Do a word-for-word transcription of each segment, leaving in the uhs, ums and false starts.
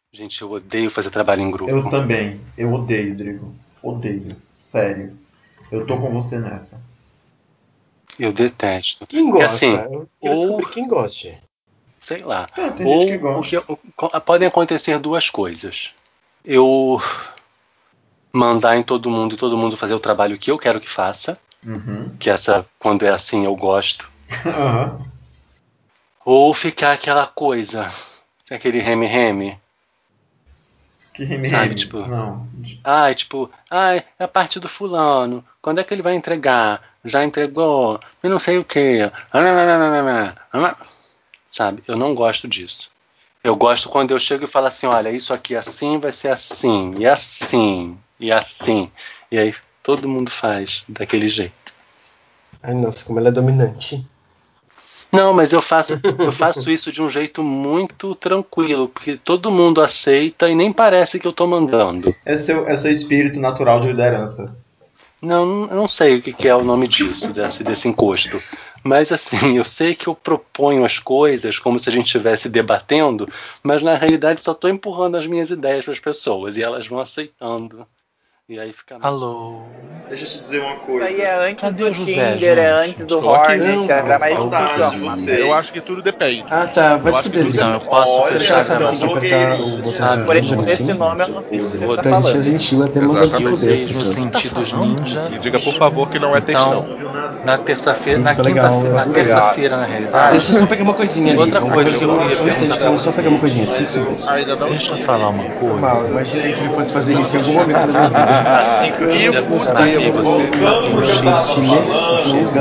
Gente, eu odeio fazer trabalho em grupo. Eu também. Eu odeio, Drigo. Odeio. Sério. Eu tô com você nessa. Eu detesto. Quem Porque, gosta? assim, Eu queria ou, descobrir quem goste. sei lá, Tá, tem gente que ou o que, gosta. o- podem acontecer duas coisas. Eu mandar em todo mundo e todo mundo fazer o trabalho que eu quero que faça, Uhum. que essa, quando é assim, eu gosto. Aham. Ou ficar aquela coisa, aquele reme-reme, Que reme sabe? reme. Tipo, Não. ai, tipo, ai, é a parte do fulano. Quando é que ele vai entregar? Já entregou? Eu não sei o que. Sabe? Eu não gosto disso. Eu gosto quando eu chego e falo assim, olha, isso aqui assim vai ser assim, e assim, e assim. E aí todo mundo faz daquele jeito. Ai, nossa, como ela é dominante. Não, mas eu faço, eu faço isso de um jeito muito tranquilo, porque todo mundo aceita e nem parece que eu tô mandando. É seu, é seu espírito natural de liderança. Não, eu não sei o que, que é o nome disso, desse, desse encosto. Mas assim, eu sei que eu proponho as coisas como se a gente estivesse debatendo, mas na realidade só estou empurrando as minhas ideias para as pessoas e elas vão aceitando. E aí fica. Alô? Deixa eu te dizer uma Isso coisa. aí é antes Cadê do o José, Tinder, é gente? antes do Estou aqui. Hornet, Não, era mais saudades discussão, de mano. você. Eu acho que tudo depende. Ah, tá. Vai Eu se acho que fuder, tudo Drigo. Então, eu posso Olha, Você fechar a já sabe que tem que apertar gravação. o botão Ah, de Por esse, volume esse assim? nome eu não sei o que você Vou tá Pra gente ser falando. gentil, até manda se Exatamente. E fuder as vocês nos pessoas. sentidos ninja. E diga, por favor, que não é textão. Então, na terça-feira, Ih, na ficou legal. quinta-feira, na Ih, terça-feira, na realidade. Deixa eu só pegar uma coisinha ali. Outra Vamos coisa fazer que eu uma queria só um instante, perguntar que eu vou pra só pegar uma vocês. coisinha. Cinco segundos. Ainda não? Deixa eu falar uma coisa. Mal, imaginei que ele fosse fazer isso em algum momento da minha vida. E Anos o mais tempo? tarde, Voltando pro que eu tava falando.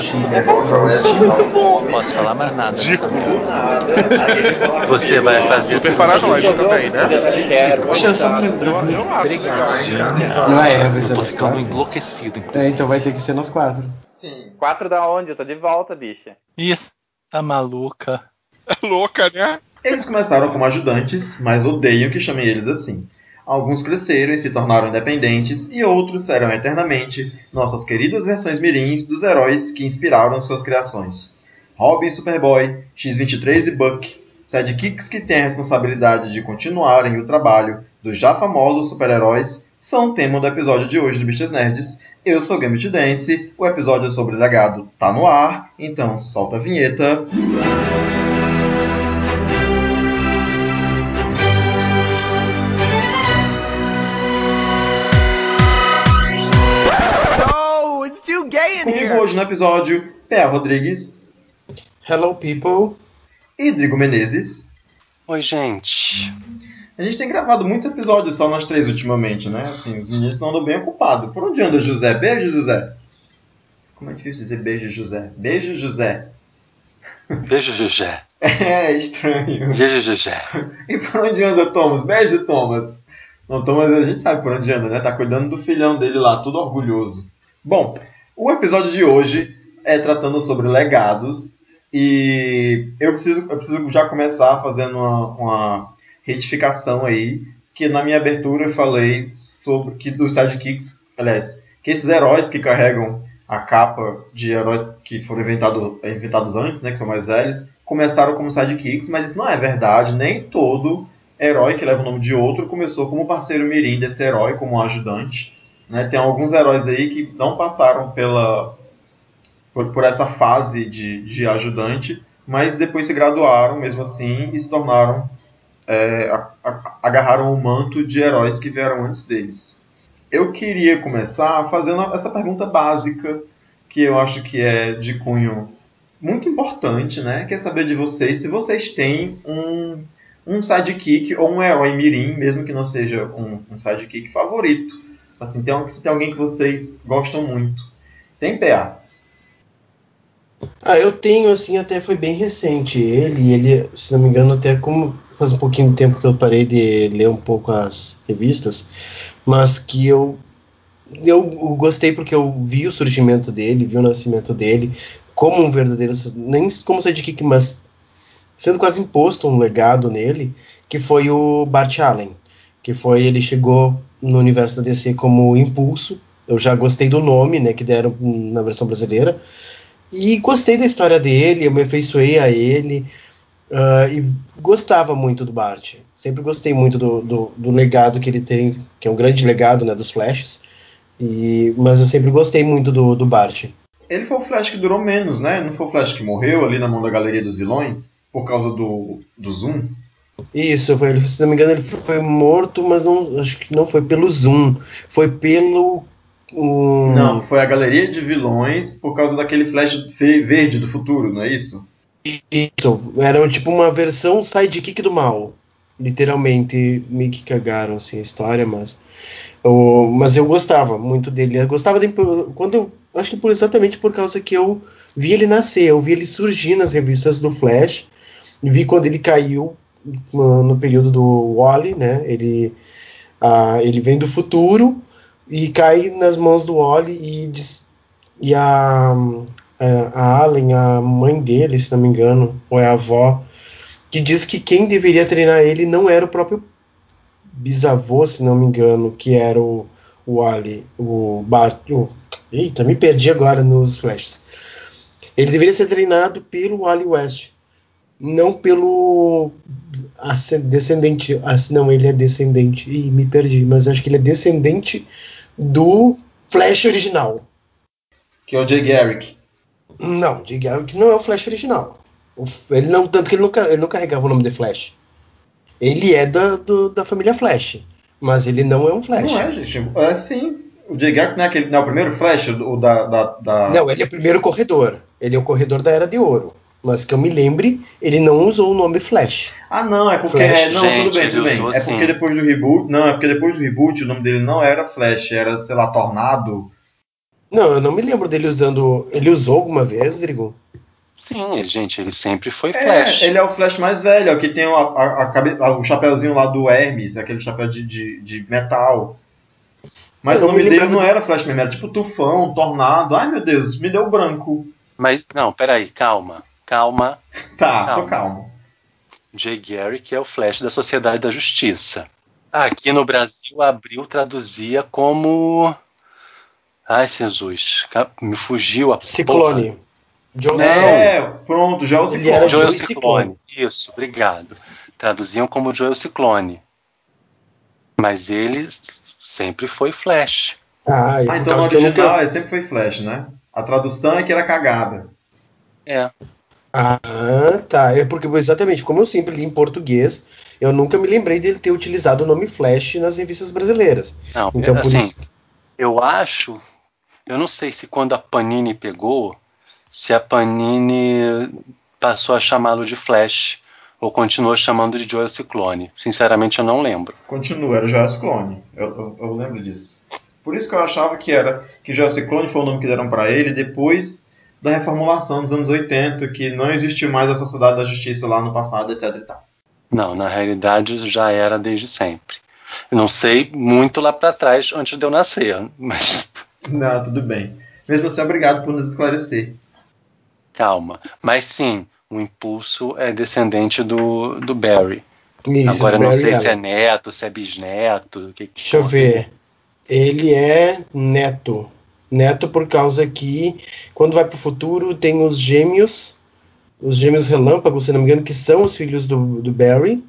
gaúcho. Muito bom. Não posso falar mais nada nessa Do merda. nada, aí ele fala Você comigo, vai ó. fazer Super esse paranoico Já viu também, algum né? programa Sim, Quero? Deixa eu só me Eu, lembrar. eu acho legal. Não é, vai ser Eu tô nós ficando quatro? enlouquecido, É, inclusive. então vai ter que ser nós quatro. Sim. Quatro da onde? Eu tô de volta, bicha. Ih, tá maluca. É louca, né? Eles começaram como ajudantes, mas odeiam que chamem eles assim. Alguns cresceram e se tornaram independentes, e outros serão eternamente nossas queridas versões mirins dos heróis que inspiraram suas criações. Robin, Superboy, X vinte e três e Buck, sidekicks que têm a responsabilidade de continuarem o trabalho dos já famosos super-heróis, são o tema do episódio de hoje do Bichas Nerds. Eu sou Gambit Dance, o episódio sobre o legado tá no ar, então solta a vinheta. Comigo hoje no episódio, P A Rodrigues Hello, people. e Drigo Menezes. Oi, gente. A gente tem gravado muitos episódios só nós três ultimamente, né? Assim, os meninos não andam bem ocupados. Por onde anda José? Beijo, José. Como é difícil dizer beijo, José? Beijo, José. Beijo, José. É estranho. Beijo, José. E por onde anda Thomas? Beijo, Thomas. Não, Thomas a gente sabe por onde anda, né? Tá cuidando do filhão dele lá, tudo orgulhoso. Bom, o episódio de hoje é tratando sobre legados. E eu preciso, eu preciso já começar fazendo uma, uma retificação aí. Que na minha abertura eu falei sobre que dos sidekicks, aliás, que esses heróis que carregam a capa de heróis que foram inventado, inventados antes, né, que são mais velhos, começaram como sidekicks, mas isso não é verdade. Nem todo herói que leva o nome de outro começou como parceiro mirim desse herói, como ajudante. Né? Tem alguns heróis aí que não passaram pela, por, por essa fase de, de ajudante, mas depois se graduaram mesmo assim e se tornaram, é, a, a, agarraram o manto de heróis que vieram antes deles. Eu queria começar fazendo essa pergunta básica, que eu acho que é de cunho muito importante, né? Que é saber de vocês se vocês têm um, um sidekick ou um herói mirim, mesmo que não seja um, um sidekick favorito. Assim, tem, se tem alguém que vocês gostam muito. Tem P A? Ah, eu tenho, assim, até foi bem recente. Ele, ele, se não me engano, até como faz um pouquinho de tempo que eu parei de ler um pouco as revistas, mas que eu, eu gostei porque eu vi o surgimento dele, vi o nascimento dele como um verdadeiro, nem como sidekick, mas sendo quase imposto um legado nele, que foi o Bart Allen, que foi, ele chegou no universo da D C como Impulso. Eu já gostei do nome, né, que deram na versão brasileira, e gostei da história dele, eu me afeiçoei a ele. Uh, e gostava muito do Bart. Sempre gostei muito do, do, do legado que ele tem, que é um grande legado, né, dos Flashes. E, mas eu sempre gostei muito do, do Bart. Ele foi o Flash que durou menos, né? Não foi o Flash que morreu ali na mão da Galeria dos Vilões por causa do, do Zoom? Isso, foi, se não me engano ele foi morto, mas não, acho que não foi pelo Zoom. Foi pelo... Um... Não, foi a Galeria de Vilões por causa daquele Flash verde do futuro, não é isso? Isso, era tipo uma versão sidekick do mal. Literalmente, meio que cagaram assim, a história, mas... Eu, mas eu gostava muito dele. Eu gostava dele por, quando eu, acho que por exatamente por causa que eu vi ele nascer, eu vi ele surgir nas revistas do Flash, vi quando ele caiu no, no período do Wally, né? Ele, ah, ele vem do futuro e cai nas mãos do Wally e, e a, a, a Allen, a mãe dele, se não me engano, ou é a avó, que diz que quem deveria treinar ele não era o próprio bisavô, se não me engano, que era o, o Ali, o Bart. Oh, eita, me perdi agora nos flashes. Ele deveria ser treinado pelo Wally West, não pelo descendente. Não, ele é descendente. Ih, me perdi, mas acho que ele é descendente do Flash original. Que é o Jay Garrick. Não, Jay Garrick não é o Flash original. Ele não, tanto que ele não, ele não carregava o nome de Flash. Ele é da, do, da família Flash, mas ele não é um Flash. Não é, gente. É sim. O Jay Garrick não é, aquele, não é o primeiro Flash? O da, da, da... Não, ele é o primeiro corredor. Ele é o corredor da Era de Ouro. Mas que eu me lembre, ele não usou o nome Flash. Ah, não, é porque. Flash, É, não, gente, tudo bem, tudo bem. usou, É porque sim. depois do reboot. Não, é porque depois do reboot o nome dele não era Flash, era, sei lá, Tornado. Não, eu não me lembro dele usando. Ele usou alguma vez, Rodrigo? Sim, ele, gente, ele sempre foi É, Flash. ele é o Flash mais velho, é o que tem a, a, a cabe... o chapéuzinho lá do Hermes, aquele chapéu de, de, de metal. Mas Eu o nome me dele não lembrava era Flash mesmo, era tipo Tufão, Tornado. Ai meu Deus, me deu branco. Mas, não, peraí, calma, calma, Tá, calma. tô calmo. Jay Garrick é o Flash da Sociedade da Justiça. Aqui no Brasil, a Abril traduzia como... Ai, Jesus, me fugiu a Ciclone. porra. Joe É, pronto, já é o Ele Ciclone. era Joel Joey Ciclone. Ciclone. Isso, obrigado. Traduziam como Joel Ciclone. Mas ele sempre foi Flash. Ah, e Ah, por então no causa que eu original nunca. é, sempre foi Flash, né? A tradução é que era cagada. É. Ah, tá. É porque, exatamente, como eu sempre li em português, eu nunca me lembrei dele ter utilizado o nome Flash nas revistas brasileiras. Não, Então, por assim, isso. eu acho... Eu não sei se quando a Panini pegou, se a Panini passou a chamá-lo de Flash ou continuou chamando de Joel Ciclone. Sinceramente, eu não lembro. Continua, era Joel Ciclone. Eu, eu, eu lembro disso. Por isso que eu achava que era que Joel Ciclone foi o nome que deram pra ele depois da reformulação dos anos oitenta, que não existiu mais a Sociedade da Justiça lá no passado, etc e tal. Não, na realidade já era desde sempre. Eu não sei muito lá para trás, antes de eu nascer, mas... Não, tudo bem. Mesmo assim, obrigado por nos esclarecer. Calma. Mas sim, o Impulso é descendente do, do Barry. Isso, Agora do eu não Barry sei se é Allen. neto, se é bisneto. Que, que Deixa eu ver. Ele é neto. Neto por causa que, quando vai pro futuro, tem os gêmeos, os gêmeos relâmpago, se não me engano, que são os filhos do, do Barry.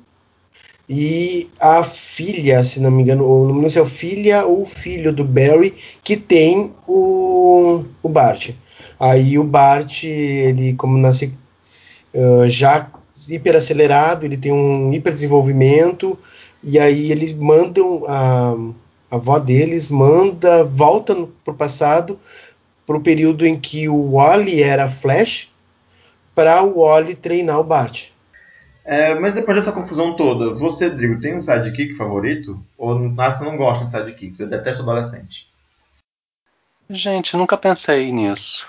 E a filha, se não me engano, ou não sei se é a filha ou o filho do Barry, que tem o, o Bart. Aí o Bart, ele como nasce uh, já hiperacelerado, ele tem um hiperdesenvolvimento, e aí eles mandam, a, a avó deles manda, volta no, pro passado, pro período em que o Wally era Flash, para o Wally treinar o Bart. É, mas depois dessa confusão toda, você, Drigo, tem um sidekick favorito? Ou ah, você não gosta de sidekick? Você detesta adolescente? Gente, eu nunca pensei nisso.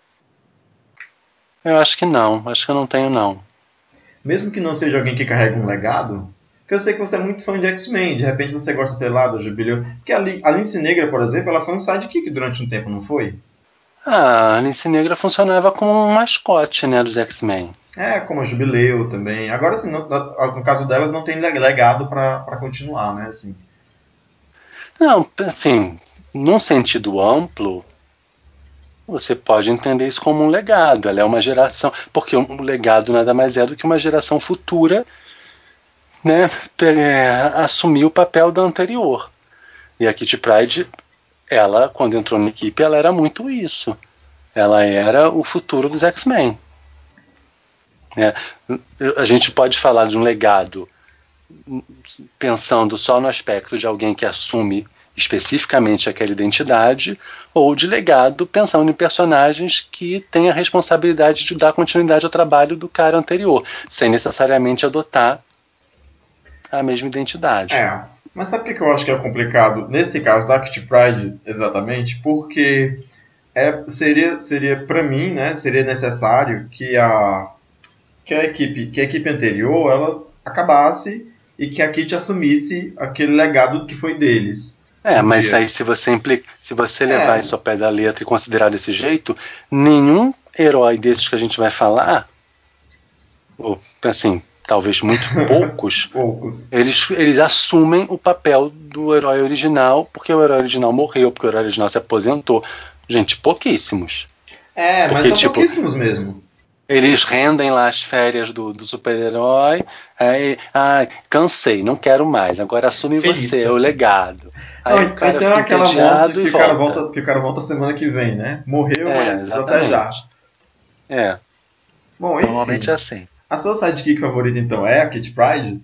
Eu acho que não. Acho que eu não tenho, não. Mesmo que não seja alguém que carrega um legado? Porque eu sei que você é muito fã de X-Men, de repente você gosta, sei lá, do Jubileu. Porque a, a Lince Negra, por exemplo, ela foi um sidekick durante um tempo, não foi? Ah, a Lince Negra funcionava como um mascote, né, dos X-Men. É, como a Jubileu também. Agora, assim, no, no caso delas, não tem legado pra continuar, né, assim. Não, assim, num sentido amplo, Você pode entender isso como um legado. Ela é uma geração, porque um legado nada mais é do que uma geração futura, né, é, assumir o papel da anterior. E a Kitty Pryde, ela, quando entrou na equipe, ela era muito isso. Ela era o futuro dos X-Men. É, a gente pode falar de um legado pensando só no aspecto de alguém que assume especificamente aquela identidade, ou de legado pensando em personagens que têm a responsabilidade de dar continuidade ao trabalho do cara anterior, sem necessariamente adotar a mesma identidade. É, mas sabe por que eu acho que é complicado nesse caso da Kitty Pryde, exatamente? Porque é, seria, seria para mim, né, seria necessário que a, que a equipe, que a equipe anterior, ela acabasse e que a Kitty assumisse aquele legado que foi deles. É, Um mas dia. aí se você, implica, se você levar É. isso ao pé da letra e considerar desse jeito, nenhum herói desses que a gente vai falar, ou assim, talvez muito poucos, Poucos. Eles, eles assumem o papel do herói original, porque o herói original morreu, porque o herói original se aposentou. Gente, pouquíssimos. É, mas Porque, são tipo, pouquíssimos mesmo. Eles rendem lá as férias do, do super-herói. Aí, ai, cansei, não quero mais. Agora assume Felista. você, é o legado. Aí Não, o cara então fica é aquela morte entediado que e o, cara volta. volta, que o cara volta semana que vem, né? Morreu, É, mas até já. exatamente. É, Bom, normalmente é enfim. assim. A sua sidekick favorita, então, é a Kitty Pryde?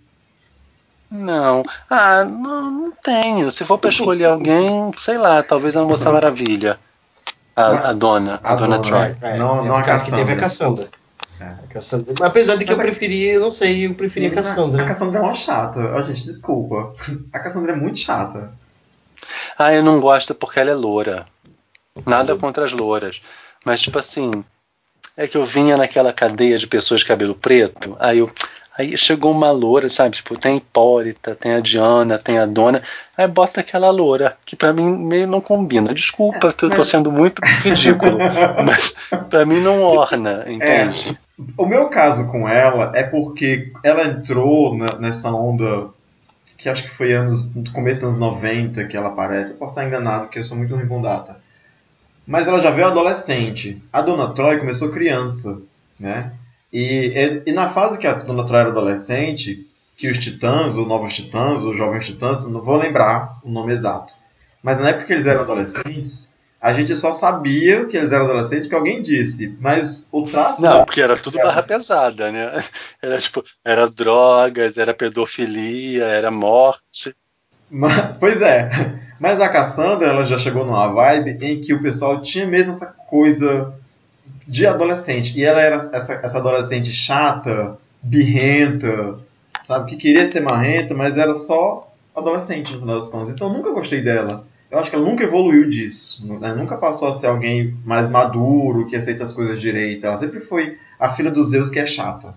Não, ah, não, não tenho. Se for pra escolher alguém, sei lá, talvez a Moça Maravilha. A, a dona, a, A dona dona, Troy. É, não, é não a por causa que teve a Cassandra. Cassandra. É. A Cassandra. Apesar de que Mas eu a- preferi, eu não sei, eu preferi a Menina, Cassandra. a Cassandra é uma chata. Ó, gente, desculpa. A Cassandra é muito chata. Ah, eu não gosto porque ela é loura. Nada contra as louras. Mas, tipo assim, é que eu vinha naquela cadeia de pessoas de cabelo preto, aí eu. Aí chegou uma loura, sabe? Tipo, tem a Hipólita, tem a Diana, tem a Dona. Aí bota aquela loura, que pra mim meio não combina. Desculpa que eu tô mas- sendo muito ridículo, mas pra mim não orna, entende? O meu caso com ela é porque ela entrou na- nessa onda que acho que foi anos, no começo dos anos noventa que ela aparece. Eu posso estar enganado, porque eu sou muito ruim com data. Mas ela já veio adolescente. A Dona Troy começou criança, né? E, e, e na fase que a Dona Troy era adolescente, que os Titãs, os Novos Titãs, os Jovens Titãs, não vou lembrar o nome exato. Mas na época que eles eram adolescentes, a gente só sabia que eles eram adolescentes porque alguém disse. Mas o traço Não, da... porque era tudo barra pesada, né? Era tipo, era drogas, era pedofilia, era morte. Mas- pois é. Mas a Cassandra, ela já chegou numa vibe em que o pessoal tinha mesmo essa coisa de adolescente. E ela era essa, essa adolescente chata, birrenta, sabe? Que queria ser marrenta, mas era só adolescente no final das contas. Então eu nunca gostei dela. Eu acho que ela nunca evoluiu disso. Né? Nunca passou a ser alguém mais maduro, que aceita as coisas direito. Ela sempre foi a filha dos Zeus que é chata.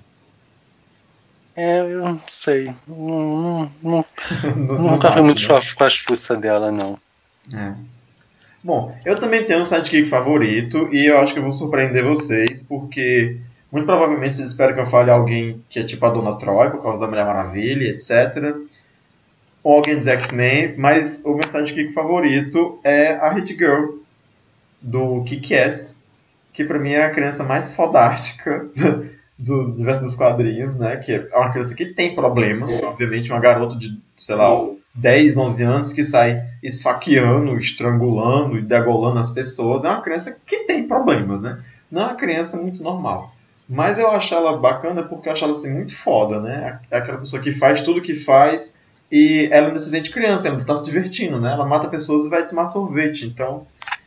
É, eu não sei. Não, não, não, não, não nunca fui bate, muito né? com as fuças dela, não. É. Bom, eu também tenho um sidekick favorito e eu acho que eu vou surpreender vocês, porque muito provavelmente vocês esperam que eu fale alguém que é tipo a Dona Troy, por causa da Mulher Maravilha, etcétera. Ou alguém dos X-Men, mas o meu sidekick favorito é a Hit Girl, do Kick-Ass, que pra mim é a criança mais fodástica do universo dos quadrinhos, né? Que é uma criança que tem problemas, obviamente, uma garota de, sei lá, dez, onze anos que sai esfaqueando, estrangulando e degolando as pessoas. É uma criança que tem problemas, né? Não é uma criança muito normal. Mas eu acho ela bacana porque eu acho ela assim, muito foda, né? É aquela pessoa que faz tudo o que faz e ela ainda se sente criança, ela tá se divertindo, né? Ela mata pessoas e vai tomar sorvete. Então,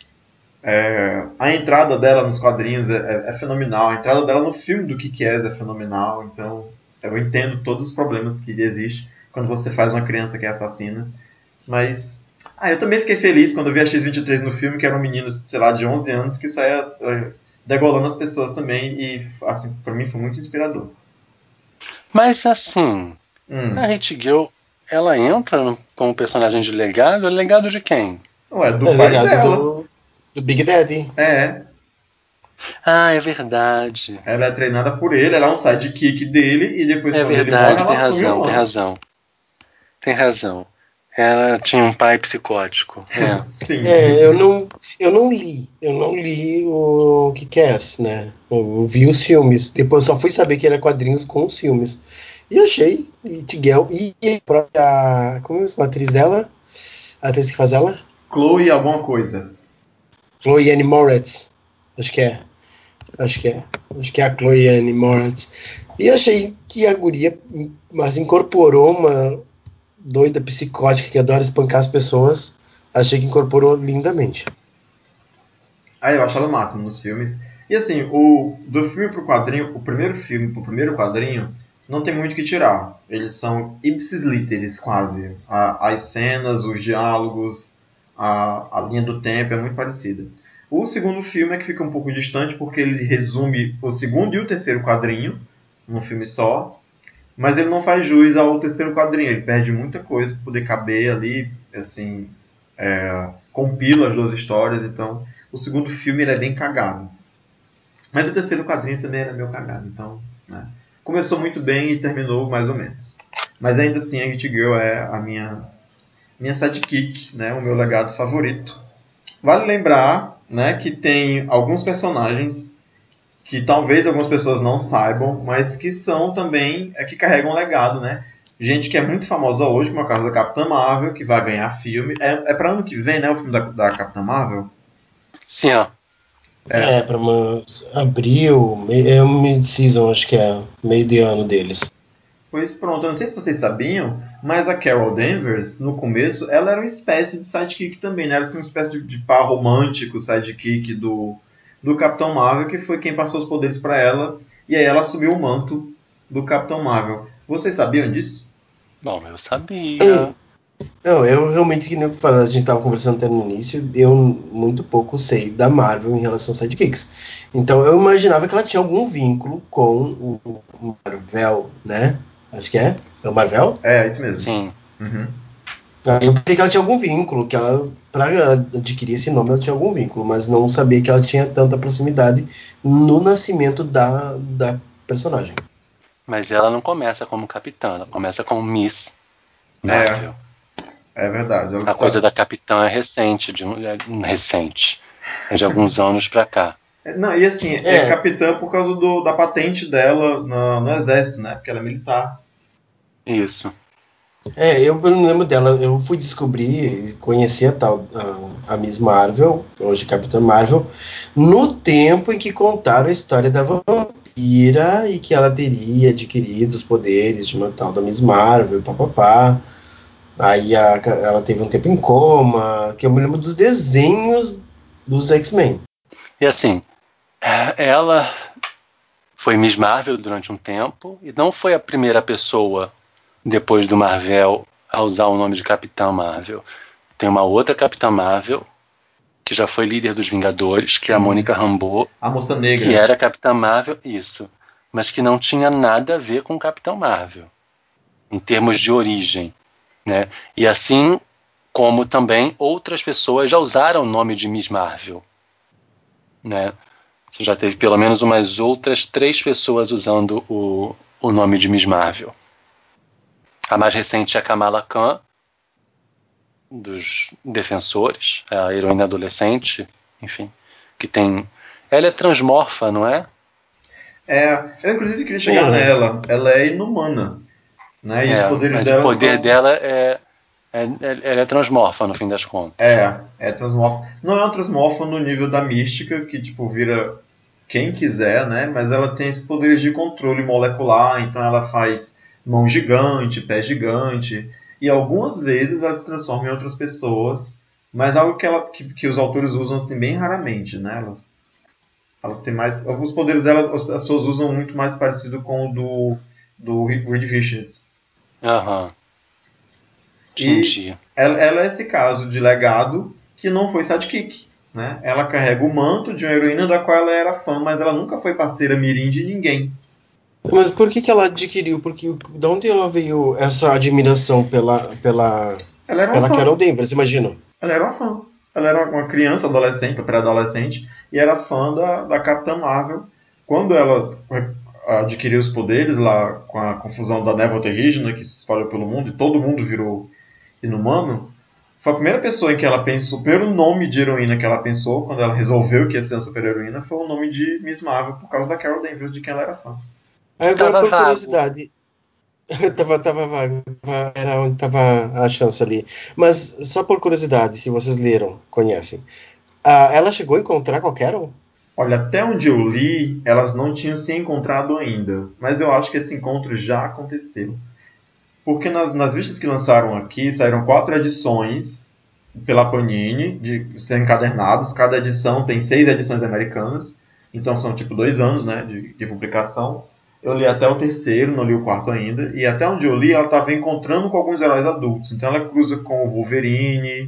é, a entrada dela nos quadrinhos é, é, é fenomenal. A entrada dela no filme do Kick-Ass é fenomenal. Então, eu entendo todos os problemas que existem quando você faz uma criança que é assassina. Mas, ah, eu também fiquei feliz quando eu vi a X vinte e três no filme, que era um menino, sei lá, de onze anos, que saía é, degolando as pessoas também. E, assim, pra mim foi muito inspirador. Mas assim, Hum. a Hit Girl, ela entra no- como personagem de legado? É legado de quem? Ué, do É pai legado dela. do, do Big Daddy. É, Ah, é verdade. ela é treinada por ele, ela é um sidekick dele, e depois É quando ele morre, verdade, ela tem assume o razão, tem manto. razão. Tem razão. Ela tinha um pai psicótico. É. Sim. É, eu não, eu não li, eu não li o Kick-Ass, né? Eu vi os filmes, depois só fui saber que era quadrinhos com os filmes. E achei, e Tigel, e a própria, como é a atriz dela? A atriz que faz ela? Chloe alguma coisa. Chloe Anne Moretz, acho que é. Acho que é. Acho que é a Chloe Anne Moretz. E achei que a guria, mas incorporou uma doida psicótica que adora espancar as pessoas. Achei que incorporou lindamente. Ah, eu acho ela o máximo nos filmes. E assim, o, do filme pro quadrinho, o primeiro filme pro primeiro quadrinho, não tem muito o que tirar. Eles são ipsis literis, quase. A, as cenas, os diálogos, a, a linha do tempo é muito parecida. O segundo filme é que fica um pouco distante, porque ele resume o segundo e o terceiro quadrinho num filme só. Mas ele não faz jus ao terceiro quadrinho. Ele perde muita coisa para poder caber ali, assim, é, compila as duas histórias. Então, o segundo filme ele é bem cagado. Mas o terceiro quadrinho também era meio cagado. Então, né, começou muito bem e terminou mais ou menos. Mas ainda assim, a Hit Girl é a minha, minha sidekick, né, o meu legado favorito. Vale lembrar, né, que tem alguns personagens que talvez algumas pessoas não saibam, mas que são também, é que carregam um legado, né? Gente que é muito famosa hoje, como é o caso da Capitã Marvel, que vai ganhar filme. É, é para ano que vem, né, o filme da, da Capitã Marvel? Sim, ó. É, para abril, me- é um mid-season, acho que é meio de ano deles. Pois pronto, eu não sei se vocês sabiam, mas a Carol Danvers, no começo, ela era uma espécie de sidekick também, né? Era assim, uma espécie de, de par romântico, sidekick do, do Capitão Marvel, que foi quem passou os poderes para ela, e aí ela assumiu o manto do Capitão Marvel. Vocês sabiam disso? Bom, eu sabia. Não, eu realmente, que nem eu falei, a gente tava conversando até no início, eu muito pouco sei da Marvel em relação a sidekicks. Então eu imaginava que ela tinha algum vínculo com o Marvel, né? Acho que é. É o Marvel? É, é isso mesmo. Sim. Uhum. Eu pensei que ela tinha algum vínculo, que ela, pra adquirir esse nome, ela tinha algum vínculo, mas não sabia que ela tinha tanta proximidade no nascimento da, da personagem. Mas ela não começa como capitã, ela começa como Miss Marvel. É verdade. Ela A coisa tá- da capitã é recente, de um, é recente. É de alguns anos pra cá. É, não, e assim, é, É. capitã por causa do, da patente dela no, no exército, né? Porque ela é militar. Isso. É, eu não lembro dela. Eu fui descobrir, conhecer a tal, a, a Miss Marvel, hoje Capitã Marvel, no tempo em que contaram a história da vampira e que ela teria adquirido os poderes de uma tal da Miss Marvel, papapá. Aí a- ela teve um tempo em coma, que eu me lembro dos desenhos dos X-Men. E assim, ela foi Miss Marvel durante um tempo e não foi a primeira pessoa depois do Marvel a usar o nome de Capitã Marvel. Tem uma outra Capitã Marvel que já foi líder dos Vingadores, que é a Sim. Mônica Rambeau, A moça negra. que era Capitã Marvel, isso, mas que não tinha nada a ver com Capitão Marvel, em termos de origem, né? E assim como também outras pessoas já usaram o nome de Miss Marvel, né? Você já teve pelo menos umas outras três pessoas usando o, o nome de Miss Marvel. A mais recente é a Kamala Khan, dos Defensores, a heroína adolescente, enfim, que tem... Ela é transmorfa, não é? É, eu inclusive queria chegar É. nela. Ela é inumana. Né? E os É, poderes mas o dela poder são. dela é, é, é... Ela é transmorfa, no fim das contas. É, é transmorfa. Não é um transmorfa no nível da mística, que tipo vira quem quiser, né? Mas ela tem esses poderes de controle molecular, então ela faz mão gigante, pé gigante. E algumas vezes ela se transforma em outras pessoas, mas algo que, ela, que, que os autores usam assim bem raramente, né? Elas, ela tem mais. Alguns poderes dela as pessoas usam muito mais parecido com o do, do Reed Richards. Aham. E Entendi. ela, ela é esse caso de legado que não foi sidekick. Né? Ela carrega o manto de uma heroína da qual ela era fã, mas ela nunca foi parceira mirim de ninguém. Mas por que, que ela adquiriu? Porque de onde ela veio essa admiração pela, pela, Ela era uma pela fã. Carol Danvers, imagina? Ela era uma fã. Ela era uma criança, adolescente, pré-adolescente, e era fã da, da Capitã Marvel. Quando ela adquiriu os poderes lá com a confusão da névoa terrígena que se espalhou pelo mundo e todo mundo virou inumano, foi a primeira pessoa em que ela pensou, o primeiro nome de heroína que ela pensou, quando ela resolveu que ia ser uma super-heroína, foi o nome de Miss Marvel, por causa da Carol Danvers, de quem ela era fã. Aí agora, Tava por vago. curiosidade, tava, tava vago, tava- era onde tava a chance ali. Mas só por curiosidade, se vocês leram, conhecem. Ah, ela chegou a encontrar com a Carol? Olha, até onde eu li, elas não tinham se encontrado ainda, mas eu acho que esse encontro já aconteceu. Porque nas, nas vistas que lançaram aqui, saíram quatro edições pela Panini, de sendo encadernadas. Cada edição tem seis edições americanas, então são tipo dois anos, né, de, de publicação. Eu li até o terceiro, não li o quarto ainda, e até onde eu li ela estava encontrando com alguns heróis adultos. Então ela cruza com o Wolverine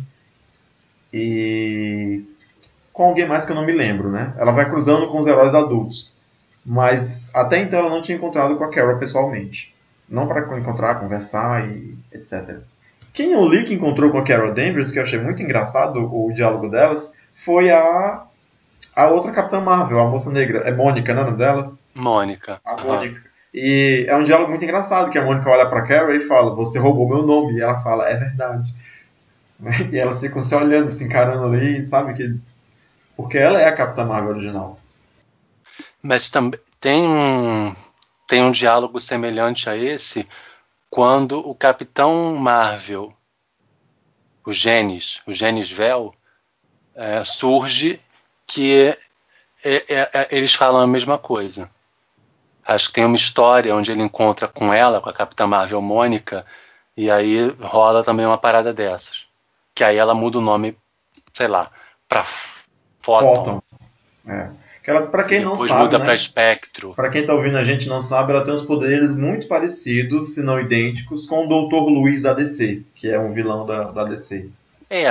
e com alguém mais que eu não me lembro, né? Ela vai cruzando com os heróis adultos, mas até então ela não tinha encontrado com a Carol pessoalmente. Não para encontrar, conversar e etcétera. Quem eu li que encontrou com a Carol Danvers, que eu achei muito engraçado o diálogo delas, foi a, a outra Capitã Marvel, a moça negra. É Mônica, não é o nome dela? Mônica. A Aham. Mônica. E é um diálogo muito engraçado, que a Mônica olha pra Carol e fala, você roubou meu nome. E ela fala, é verdade. E elas ficam se olhando, se encarando ali, sabe? Que... Porque ela é a Capitã Marvel original. Mas também tem um, tem um diálogo semelhante a esse quando o Capitão Marvel, o Genis, o Genis Vel, é, surge, que é, é, é, eles falam a mesma coisa. Acho que tem uma história onde ele encontra com ela, com a Capitã Marvel Mônica, e aí rola também uma parada dessas. Que aí ela muda o nome, sei lá, pra Photon. Photon. É. Que ela, pra quem não Depois sabe, muda né? pra Spectro. Pra quem tá ouvindo a gente não sabe, ela tem uns poderes muito parecidos, se não idênticos, com o doutor Luiz da D C, que é um vilão da, da D C. É.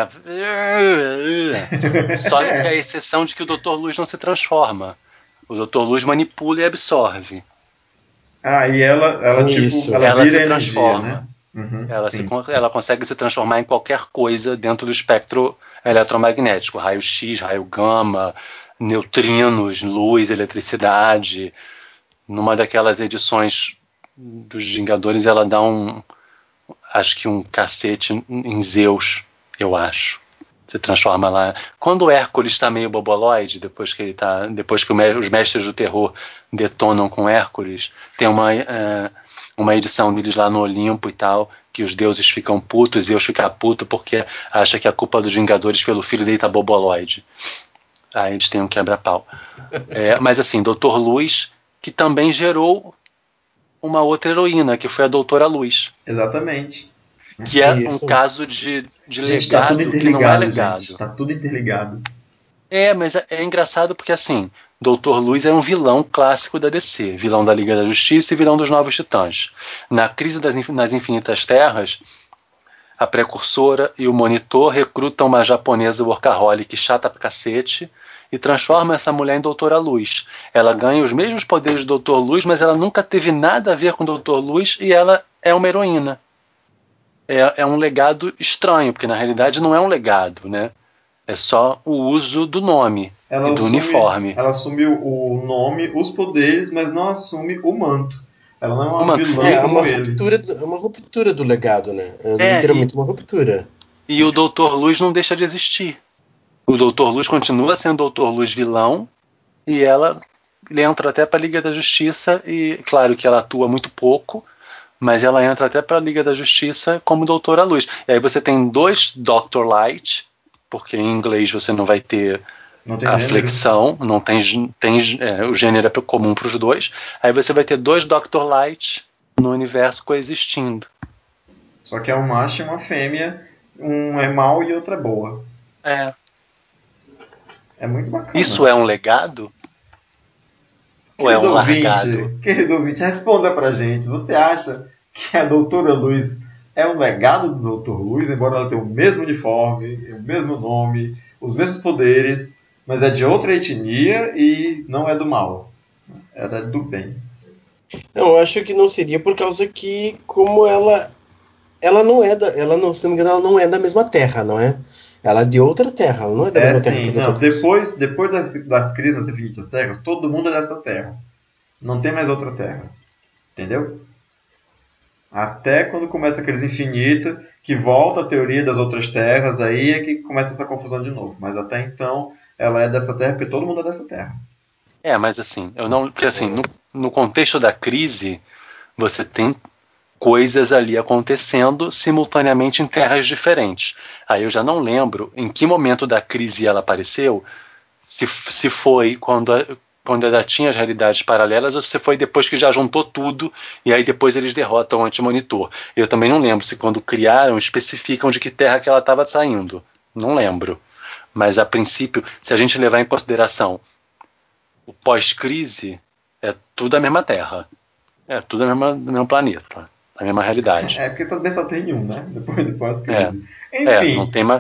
Só que a exceção de que o doutor Luz não se transforma. O doutor Luz manipula e absorve. Ah, e ela, ela tipo, Isso. ela, Ela vira se energia, transforma. né? Uhum, Ela, se, sim. ela consegue se transformar em qualquer coisa dentro do espectro eletromagnético. Raio-X, raio gama, neutrinos, luz, eletricidade. Numa daquelas edições dos Vingadores, ela dá um... acho que um cacete em Zeus, eu acho. Se transforma lá. Quando o Hércules está meio boboloide, depois que ele tá, depois que o, os mestres do terror detonam com Hércules, tem uma, é, uma edição deles lá no Olimpo e tal, que os deuses ficam putos, Zeus fica puto porque acha que a culpa dos Vingadores pelo filho dele tá boboloide. Aí eles têm um quebra-pau. É, mas assim, doutor Luz, que também gerou uma outra heroína, que foi a Doutora Luz. Exatamente. Que é um Isso. caso de, de Gente, tá tudo legado que não é interligado, legado. gente. Tá tudo interligado. É, mas é, é engraçado porque, assim, doutor Luz é um vilão clássico da D C. Vilão da Liga da Justiça e vilão dos Novos Titãs. Na Crise das, nas Infinitas Terras, a Precursora e o Monitor recrutam uma japonesa workaholic chata pra cacete e transformam essa mulher em Doutora Luz. Ela ganha os mesmos poderes do doutor Luz, mas ela nunca teve nada a ver com o doutor Luz e ela é uma heroína. É, é um legado estranho, porque na realidade não é um legado, né? É só o uso do nome Ela e do assume, uniforme. ela assume o nome, os poderes, mas não assume o manto. Ela não é uma O manto. vilã É, é como uma ele. ruptura, é uma ruptura do legado, né? É É, literalmente uma ruptura. E o doutor Luz não deixa de existir. O doutor Luz continua sendo doutor Luz vilão e ela entra até para a Liga da Justiça e, claro que ela atua muito pouco, mas ela entra até para a Liga da Justiça como Doutora Luz. E aí você tem dois doutor Light, porque em inglês você não vai ter Não tem a gênero. flexão, não tem, tem é, o gênero é comum para os dois. Aí você vai ter dois doutor Light no universo coexistindo. Só que é um macho e uma fêmea, um é mau e outro é boa. É. É muito bacana. Isso é um legado? Ou é um largado? Ouvinte, querido ouvinte, responda pra gente. Você acha que a Doutora Luz é um legado do doutor Luz, embora ela tenha o mesmo uniforme, o mesmo nome, os mesmos poderes, mas é de outra etnia e não é do mal. É do bem. Não, eu acho que não seria por causa que, como ela. Ela não é da. Ela não, se não me engano, ela não é da mesma terra, não é? Ela é de outra terra, ela não é da É mesma terra que sim, o doutor não. Luz. Depois, depois das, das crises das infinitas terras, todo mundo é dessa terra. Não tem mais outra terra. Entendeu? Até quando começa a crise infinita, que volta a teoria das outras terras, aí é que começa essa confusão de novo. Mas até então, ela é dessa terra porque todo mundo é dessa terra. É, mas assim, eu não. Porque assim, no, no contexto da crise, você tem coisas ali acontecendo simultaneamente em terras diferentes. Aí eu já não lembro em que momento da crise ela apareceu, se, se foi quando, a, quando ela tinha as realidades paralelas ou se foi depois que já juntou tudo e aí depois eles derrotam o Antimonitor. Eu também não lembro se quando criaram especificam de que terra que ela estava saindo. Não lembro. Mas a princípio, se a gente levar em consideração o pós-crise, é tudo a mesma terra. É tudo a mesma, o mesmo planeta. A mesma realidade. É, porque também só tem um, né? Depois do pós-crise. É, Enfim, não tem mais.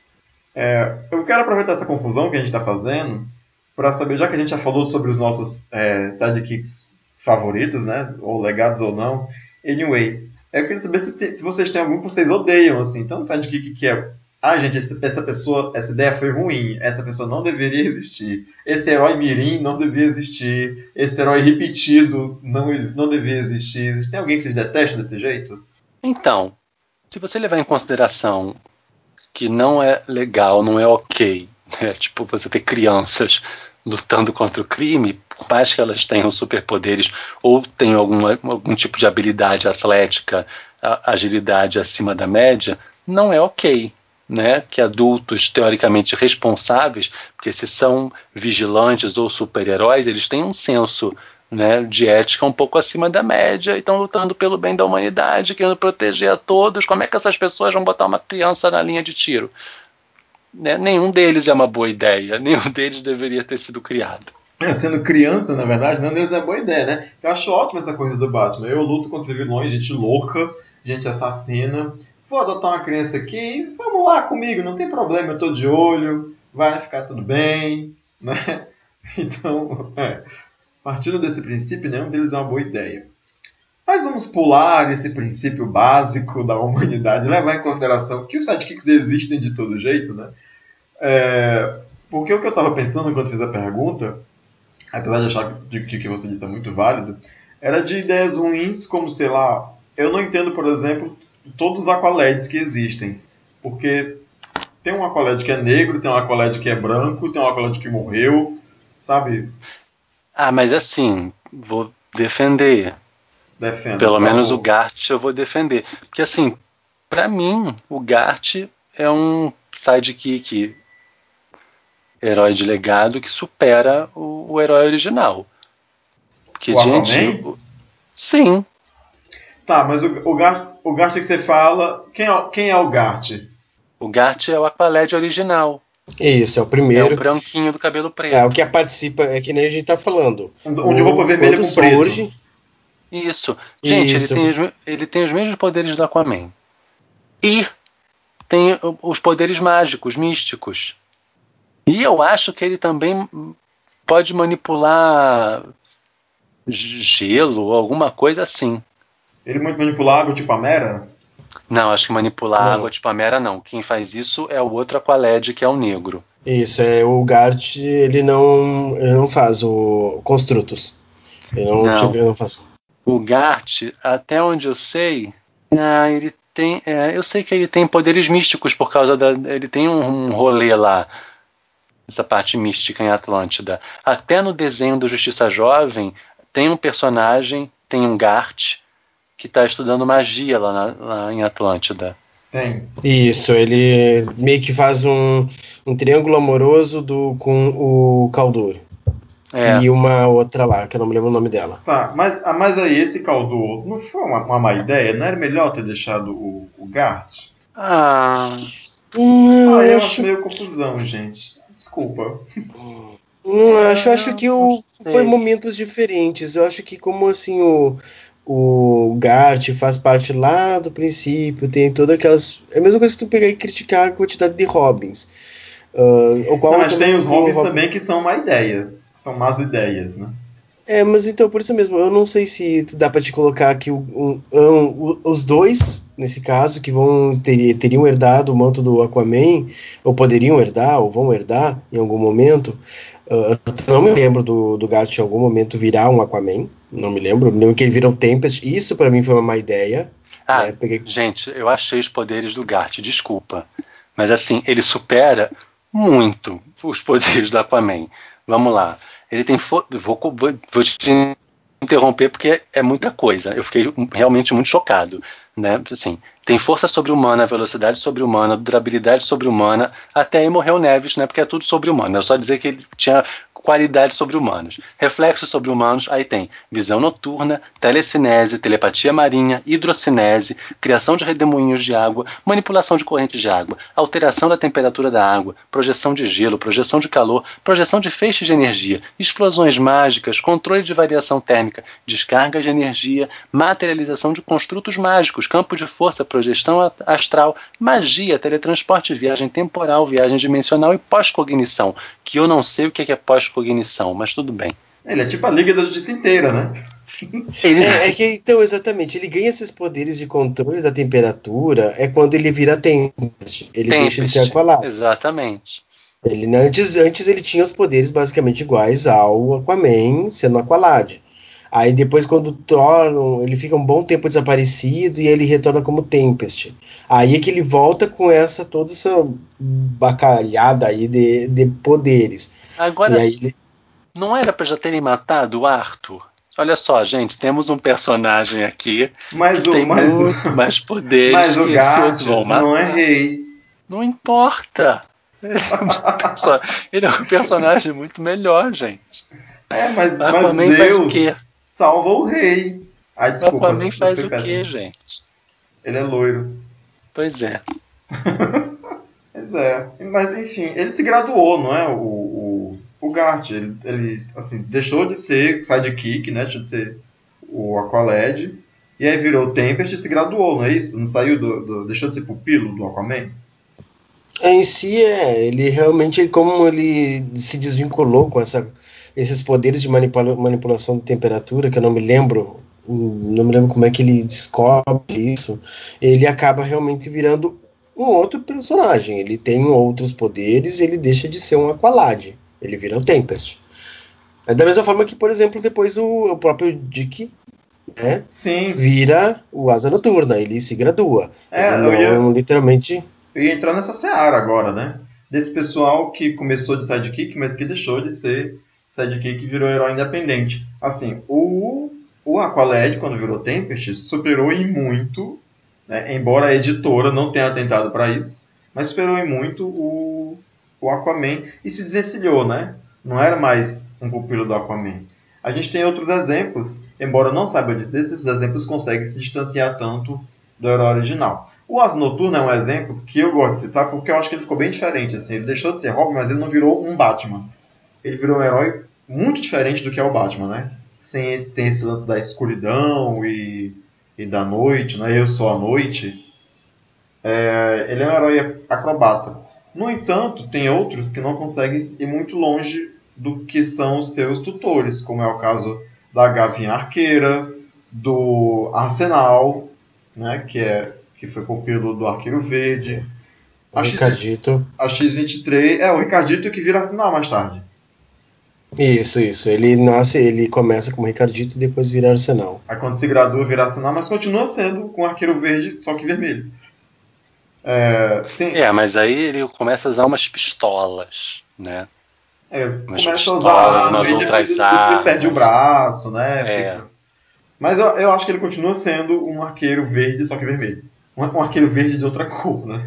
é, eu quero aproveitar essa confusão que a gente está fazendo para saber, já que a gente já falou sobre os nossos é, sidekicks favoritos, né? Ou legados ou não. Anyway, eu queria saber se, tem, se vocês têm algum que vocês odeiam, assim. Então, um sidekick que é... Ah, gente, essa pessoa, essa ideia foi ruim. Essa pessoa não deveria existir. Esse herói mirim não devia existir. Esse herói repetido não, não devia existir. Tem alguém que vocês detestam desse jeito? Então, se você levar em consideração que não é legal, não é ok, né? Tipo, você ter crianças lutando contra o crime, por mais que elas tenham superpoderes ou tenham alguma, algum tipo de habilidade atlética, agilidade acima da média, não é ok. Né, que adultos teoricamente responsáveis, porque se são vigilantes ou super-heróis, eles têm um senso, né, de ética um pouco acima da média e estão lutando pelo bem da humanidade, querendo proteger a todos. Como é que essas pessoas vão botar uma criança na linha de tiro? Né, nenhum deles é uma boa ideia, nenhum deles deveria ter sido criado. É, sendo criança, na verdade, não deles é boa ideia, né? Eu acho ótimo essa coisa do Batman. Eu luto contra vilões, gente louca, gente assassina. Vou adotar uma criança aqui, vamos lá comigo, não tem problema, eu tô de olho, vai ficar tudo bem, né? Então, é, partindo desse princípio, nenhum deles é uma boa ideia. Mas vamos pular esse princípio básico da humanidade, levar em consideração que os sidekicks existem de todo jeito, né? É, porque o que eu estava pensando enquanto fiz a pergunta, apesar de achar que o que você disse é muito válido, era de ideias ruins, como, sei lá, eu não entendo, por exemplo, todos os Aqualeds que existem. Porque tem um Aqualed que é negro, tem um Aqualed que é branco, tem um Aqualed que morreu, sabe? Ah, mas assim, vou defender. Defenda, Pelo por menos o favor. Gart eu vou defender. Porque assim, pra mim, o Gart é um sidekick herói de legado que supera o, o herói original. Porque, O gente, Aquaman? o- sim, Tá, mas o, o, Gart, o Gart que você fala, quem é, quem é o Gart? o Gart é o Aqualed original. Isso, é o É o primeiro. branquinho do cabelo É o preto. que participa, é que nem a gente tá falando. Um de roupa O, vermelha quando com preto. surge, Isso. Gente, ele isso, tem, os, ele tem os mesmos poderes do Aquaman. E tem os poderes mágicos, místicos. E eu acho que ele também pode manipular gelo, alguma coisa assim. Ele muito manipulável, tipo a Mera? Não, acho que manipular Não. água de Pamera não. Quem faz isso é o outro Aqualed, que é o negro. isso, é o Gart, ele não, ele não faz o Construtos. Ele não, Não. ele não faz. O Gart, até onde eu sei, ah, ele tem, é, eu sei que ele tem poderes místicos por causa da, ele tem um, um rolê lá, essa parte mística em Atlântida. Até no desenho do Justiça Jovem tem um personagem, tem um Gart que está estudando magia lá, na, lá em Atlântida. Tem. Isso, ele meio que faz um, um triângulo amoroso do, com o Kaldur. É. E uma outra lá, que eu não me lembro o nome dela. Tá, mas, ah, mas aí esse Kaldur não foi uma, uma má ideia? Não era melhor ter deixado o, o Gart? Ah, Hum, Ah, eu eu acho acho. meio confusão, gente. Desculpa. Hum, acho, acho que não o, foi sei. momentos diferentes. Eu acho que como assim o, o Gart faz parte lá do princípio, tem todas aquelas. É a mesma coisa que tu pegar e criticar a quantidade de Robins. Uh, o qual Não, eu mas tem também os tenho um Robins Robin. também que são má ideia. Que são más ideias, né? É, mas então, por isso mesmo, eu não sei se dá pra te colocar aqui o- um- um- os dois, nesse caso, que vão ter- teriam herdado o manto do Aquaman, ou poderiam herdar, ou vão herdar em algum momento. Ah, eu não me lembro do, do Garth em algum momento virar um Aquaman, não me lembro. Eu me lembro que ele virou Tempest, isso pra mim foi uma má ideia. Ah, né? Peguei... gente, eu achei os poderes do Gart, desculpa. Mas assim, ele supera muito os poderes do Aquaman. Vamos lá. Ele tem. Fo... Vou, vou te interromper porque é muita coisa. Eu fiquei realmente muito chocado. Né? Assim, tem força sobre-humana, velocidade sobre-humana, durabilidade sobre-humana, até aí morreu Neves, né? Porque é tudo sobre-humano. É só dizer que ele tinha qualidades sobre-humanas. Reflexos sobre-humanos, aí tem visão noturna, telecinese, telepatia marinha, hidrocinese, criação de redemoinhos de água, manipulação de correntes de água, alteração da temperatura da água, projeção de gelo, projeção de calor, projeção de feixes de energia, explosões mágicas, controle de variação térmica, descarga de energia, materialização de construtos mágicos, campo de força, projeção astral, magia, teletransporte, viagem temporal, viagem dimensional e pós-cognição, que eu não sei o que é pós-cognição, mas tudo bem. Ele é tipo a Liga da Justiça inteira, né? Ele... É, é que, então, exatamente, ele ganha esses poderes de controle da temperatura é quando ele vira Tempest. Ele Tempest, deixa de ser Aqualad. Exatamente. Ele, antes, antes ele tinha os poderes basicamente iguais ao Aquaman, sendo Aqualad. Aí depois, quando tornam, ele fica um bom tempo desaparecido e ele retorna como Tempest. Aí é que ele volta com essa toda essa bacalhada aí de, de poderes. Agora, e aí ele... não era para já terem matado o Arthur? Olha só, gente, temos um personagem aqui mas que o, tem mas muito o, mais poderes mas que o esse outro vão matar. não é rei. Não importa. Ele é um personagem muito melhor, gente. É, mas, O mas Aquaman faz o quê? Deus salva o rei. Ai, O desculpa. Aquaman faz fui o péssimo. quê, gente? Ele é loiro. Pois é. Pois é. Mas, enfim, ele se graduou, não é? O, o, o Gart. Ele, ele, assim, deixou de ser sidekick, né? Deixou de ser o Aqualad. E aí virou o Tempest e se graduou, não é isso? Não saiu do... do deixou de ser pupilo do Aquaman? Em si, é. Ele realmente, como ele se desvinculou com essa, esses poderes de manipula, manipulação de temperatura, que eu não me lembro, não me lembro como é que ele descobre isso, ele acaba realmente virando um outro personagem. Ele tem outros poderes e ele deixa de ser um Aqualad. Ele vira o Tempest. É da mesma forma que, por exemplo, depois o, o próprio Dick, né, Sim. vira o Asa Noturna. Ele se gradua. É, ele eu ia- não, literalmente... Eu ia entrar nessa seara agora, né? Desse pessoal que começou de sidekick, mas que deixou de ser sidekick e virou herói independente. Assim, o, o Aqualad, quando virou Tempest, superou em muito, né? Embora a editora não tenha atentado para isso, mas superou em muito o, o Aquaman e se desvencilhou, né? Não era mais um pupilo do Aquaman. A gente tem outros exemplos, embora não saiba dizer se esses exemplos conseguem se distanciar tanto do herói original. O Asa Noturna é um exemplo que eu gosto de citar porque eu acho que ele ficou bem diferente. Assim, ele deixou de ser Robin, mas ele não virou um Batman. Ele virou um herói muito diferente do que é o Batman, né? Sem, tem esse lance da escuridão e, e da noite, né? Eu sou a noite. É, ele é um herói acrobata. No entanto, tem outros que não conseguem ir muito longe do que são os seus tutores, como é o caso da Gavinha Arqueira, do Arsenal, né, que, é, que foi pupilo do Arqueiro Verde. O A, X, Ricardito. a X vinte e três é o Ricardito que vira Arsenal mais tarde. Isso, isso. Ele nasce, ele começa como Ricardito e depois vira Arsenal. Aí quando se gradua vira Arsenal, mas continua sendo com o Arqueiro Verde, só que vermelho. É, tem, É, mas aí ele começa a usar umas pistolas, né? é, Umas começa a usar pistolas, arma umas e depois, outras depois perde o armas. braço, né? É. Fica... Mas eu, eu acho que ele continua sendo um arqueiro verde, só que vermelho. Um, um arqueiro verde de outra cor, né?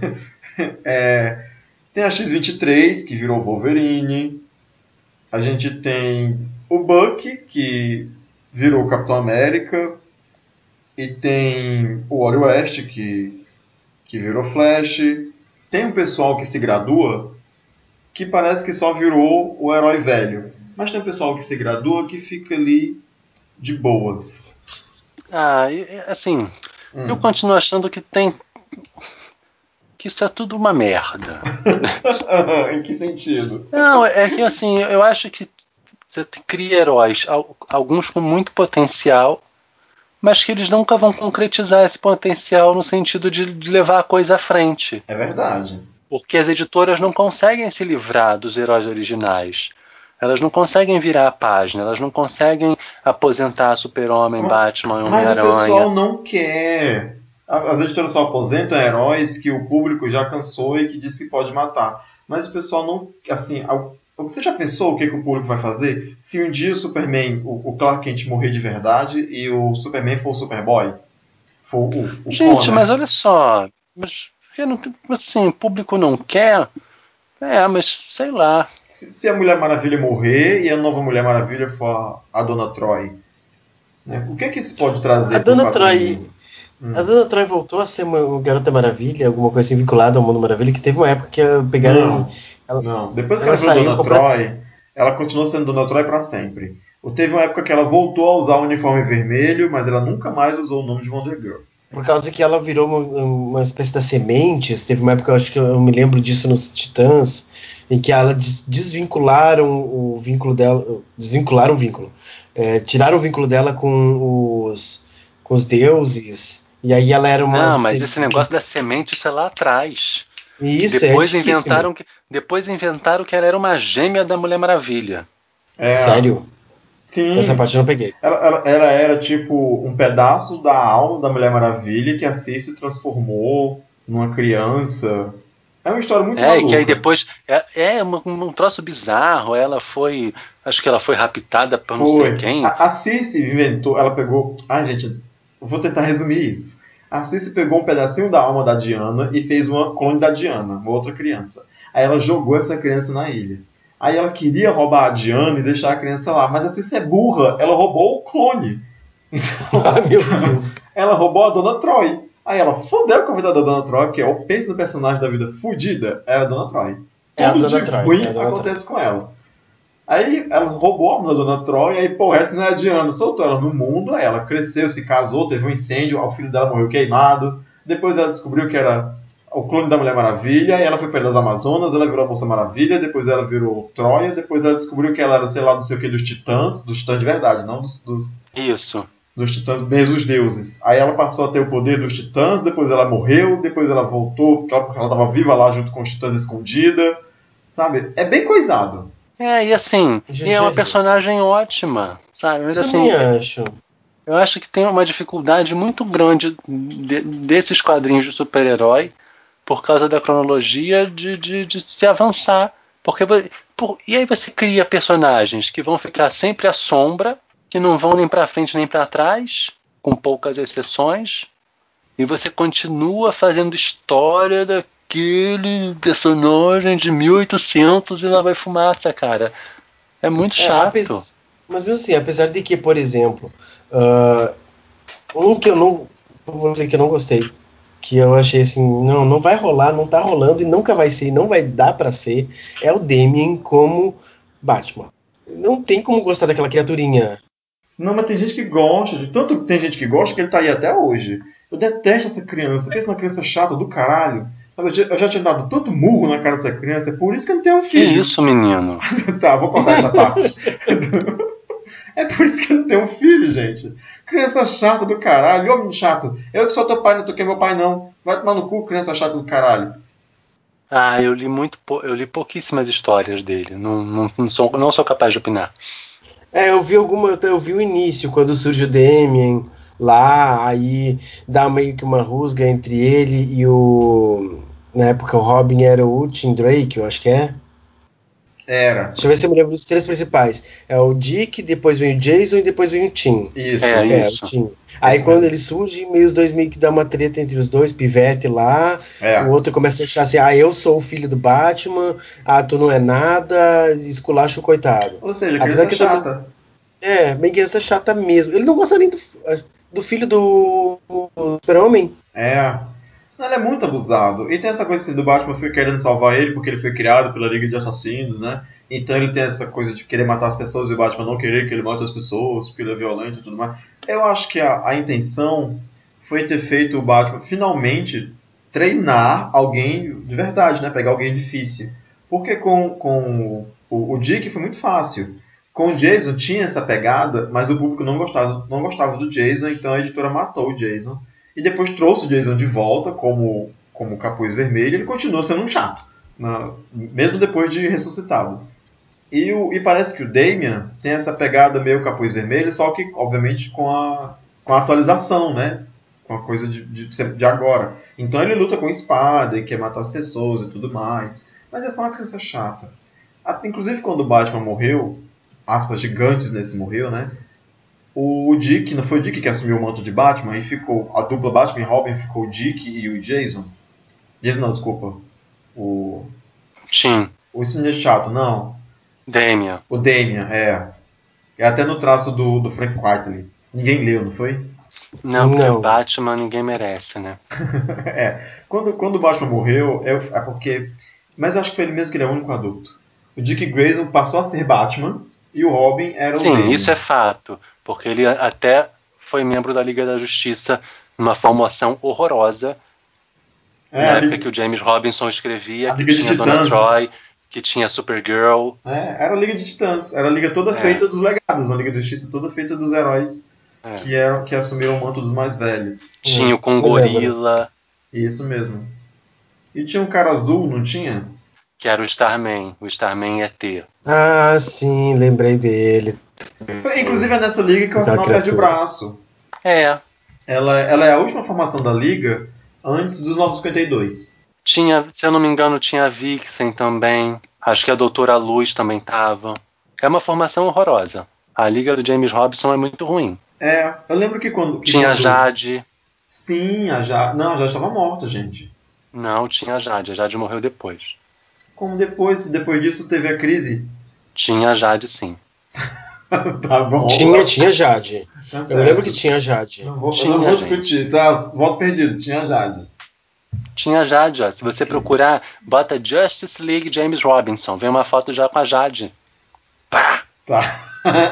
É, tem a X vinte e três, que virou Wolverine. A gente tem o Buck, que virou Capitão América. E tem o Wally West, que, que virou Flash. Tem um pessoal que se gradua que parece que só virou o herói velho. Mas tem um pessoal que se gradua que fica ali de boas. Ah, e, assim, Hum. eu continuo achando que tem. Que isso é tudo uma merda. Em que sentido? Não, é que assim, eu acho que você cria heróis, alguns com muito potencial, mas que eles nunca vão concretizar esse potencial no sentido de, de levar a coisa à frente. É verdade. Porque as editoras não conseguem se livrar dos heróis originais. Elas não conseguem virar a página, elas não conseguem aposentar Super-Homem, Batman, Mas o Homem-Aranha. pessoal não quer. As editoras só aposentam heróis que o público já cansou e que diz que pode matar. Mas o pessoal não... Assim, você já pensou o que, que o público vai fazer se um dia o Superman, o, o Clark Kent morrer de verdade e o Superman for o Superboy? For o, o Gente, Connor? mas olha só. Mas, eu não, assim, o público não quer. É, mas sei lá. Se, se a Mulher Maravilha morrer e a nova Mulher Maravilha for a, a Dona Troy, né? O que que isso pode trazer A para o Dona quadrinho? Troy. Hum. A Dona Troy voltou a ser uma, uma Garota Maravilha, alguma coisa assim vinculada ao Mundo Maravilha, que teve uma época que pegaram. Não, Ela, não. Depois que ela ela virou saiu Dona completa- Troy, ela continuou sendo Dona Troy para sempre. Teve uma época que ela voltou a usar o uniforme vermelho, mas ela nunca mais usou o nome de Wonder Girl. por causa que ela virou uma, uma espécie das sementes. Teve uma época, eu acho que eu me lembro disso nos Titãs, em que ela des- desvincularam o vínculo dela. Desvincularam o vínculo. É, tiraram o vínculo dela com os, com os deuses. E aí ela era uma. Não, mas se- esse negócio da semente, isso é lá atrás. E isso Depois é antiquíssimo. inventaram que depois inventaram que ela era uma gêmea da Mulher Maravilha. É, Sério? sim. Essa parte eu não peguei. Ela, ela, ela era tipo um pedaço da alma da Mulher Maravilha que assim se transformou numa criança. É uma história muito É, maluca. e que aí depois é, é um, um troço bizarro. Ela foi, acho que ela foi raptada por não sei Foi. quem. A, a Circe inventou, ela pegou. Ai, gente, eu vou tentar resumir isso. A Circe pegou um pedacinho da alma da Diana e fez uma clone da Diana, uma outra criança. Aí ela jogou essa criança na ilha. Aí ela queria roubar a Diana e deixar a criança lá, mas a Circe é burra, ela roubou o clone. Então, Ai, meu Deus. ela roubou a Dona Troy. Aí ela fodeu com a vida da Dona Troy, que é o penso no personagem da vida fudida, é a Dona Troy. É a Tudo Dona de Troy, ruim é a Dona acontece com ela. Aí ela roubou a alma da Dona Troy, aí pô, essa não é a Diana, soltou ela no mundo, aí ela cresceu, se casou, teve um incêndio, o filho dela morreu queimado, depois ela descobriu que era o clone da Mulher Maravilha, e ela foi para as Amazonas, ela virou a Moça Maravilha, depois ela virou Troia, depois ela descobriu que ela era, sei lá, não sei o que, dos Titãs, dos Titãs de verdade, não dos, dos, Isso. dos Titãs mesmo, os deuses. Aí ela passou a ter o poder dos Titãs, depois ela morreu, depois ela voltou, porque ela, porque ela tava viva lá junto com os Titãs escondida, sabe? É bem coisado. É, e assim, Gente, e é uma é- personagem ótima, sabe? Mas Eu assim, também acho. eu acho que tem uma dificuldade muito grande de- desses quadrinhos de super-herói por causa da cronologia de, de, de se avançar. Porque, por, e aí você cria personagens que vão ficar sempre à sombra, que não vão nem para frente nem para trás, com poucas exceções, e você continua fazendo história daquele personagem de mil e oitocentos e lá vai fumaça, cara. É muito É, chato. apes- Mas mesmo assim, apesar de que, por exemplo, ah, um que eu não vou dizer que eu não gostei, que eu achei assim, não, não vai rolar, não tá rolando e nunca vai ser, não vai dar pra ser, é o Damien como Batman. Não tem como gostar daquela criaturinha. Não, mas tem gente que gosta, de tanto que tem gente que gosta que ele tá aí até hoje. Eu detesto essa criança, pensa numa criança chata do caralho. Sabe, Eu já, eu já tinha dado tanto murro na cara dessa criança, é por isso que eu não tenho um Que filho. isso, menino? Tá, vou cortar essa parte. É por isso que eu não tenho um filho, gente. Criança chata do caralho, homem chato. Eu que sou teu pai, não toquei meu pai não. Vai tomar no cu, criança chata do caralho. Ah, eu li muito, pou- eu li pouquíssimas histórias dele. Não, não, não sou, não sou capaz de opinar. É, eu vi alguma, eu eu vi o início, quando surge o Damien lá, aí dá meio que uma rusga entre ele e o. Na época o Robin era o Tim Drake, eu acho que é. Era. Deixa eu ver se eu me lembro dos três principais. É o Dick, depois vem o Jason e depois vem o Tim. Isso. É, É, isso. o Tim. Aí Isso quando mesmo. ele surge, meio os dois meio que dá uma treta entre os dois, Pivete lá, É. o outro começa a achar assim, ah, eu sou o filho do Batman, ah, tu não é nada, esculacha o coitado. Ou seja, Apesar criança que também, chata. é, bem criança chata mesmo. Ele não gosta nem do, do filho do, do Super-Homem. É. Não, ele é muito abusado. E tem essa coisa assim, do Batman foi querendo salvar ele porque ele foi criado pela Liga de Assassinos, né? Então ele tem essa coisa de querer matar as pessoas e o Batman não querer que ele mate as pessoas, porque ele é violento e tudo mais. Eu acho que a, a intenção foi ter feito o Batman finalmente treinar alguém de verdade, né? Pegar alguém difícil. Porque com, com o, o Dick foi muito fácil. Com o Jason tinha essa pegada, mas o público não gostava, não gostava do Jason, então a editora matou o Jason. E depois trouxe o Jason de volta como, como capuz vermelho e ele continua sendo um chato, na, mesmo depois de ressuscitado. E, o, e parece que o Damian tem essa pegada meio capuz vermelho, só que, obviamente, com a, com a atualização, né? com a coisa de, de, de agora. Então ele luta com espada e quer matar as pessoas e tudo mais. Mas é só uma criança chata. Inclusive quando o Batman morreu, aspas gigantes nesse morreu, né? O Dick, não foi o Dick que assumiu o manto de Batman e ficou, a dupla Batman e Robin ficou o Dick e o Jason. Jason não, desculpa. O... Tim. O esse menino chato, não. Damian. O Damian, é. É até no traço do, do Frank Quitely. Ninguém leu, não foi? Não, porque Não. Batman ninguém merece, né? é. Quando, quando o Batman morreu, é, é porque... Mas eu acho que foi ele mesmo que ele é o único adulto. O Dick Grayson passou a ser Batman e o Robin era Sim, o Damian. isso é fato. Porque ele até foi membro da Liga da Justiça numa formação horrorosa. É, na a época Liga- que o James Robinson escrevia, a que Liga de tinha Donna Titãs. Troy, que tinha Supergirl. É, era a Liga de Titãs. Era a Liga toda É. feita dos legados. A Liga da Justiça toda feita dos heróis É. que, eram, que assumiram o manto dos mais velhos. Tinha o com Eu Gorila, Isso mesmo. E tinha um cara azul, não tinha? que era o Starman. O Starman E T. Ah, sim, lembrei dele. Foi, inclusive é nessa liga que o Aquela Arsenal perde o criatura. braço. É. Ela, ela é a última formação da liga antes dos novos cinquenta e dois. Tinha, se eu não me engano, tinha a Vixen também. Acho que a Doutora Luz também tava. É uma formação horrorosa. A Liga do James Robinson é muito ruim. É, eu lembro que quando... Que Tinha a quando... Jade. Sim, a Jade... Não, a Jade estava morta, gente. Não, tinha a Jade. A Jade morreu depois. Como depois, depois disso teve a crise? Tinha a Jade, sim. Tá bom. Tinha, tinha Jade. Tá Eu certo. lembro que tinha Jade. Não vou, eu Tinha, não vou gente. discutir, tá? Voto perdido, tinha a Jade. Tinha a Jade, ó. Se você procurar, bota Justice League James Robinson. Vem uma foto já com a Jade. Pá! Tá.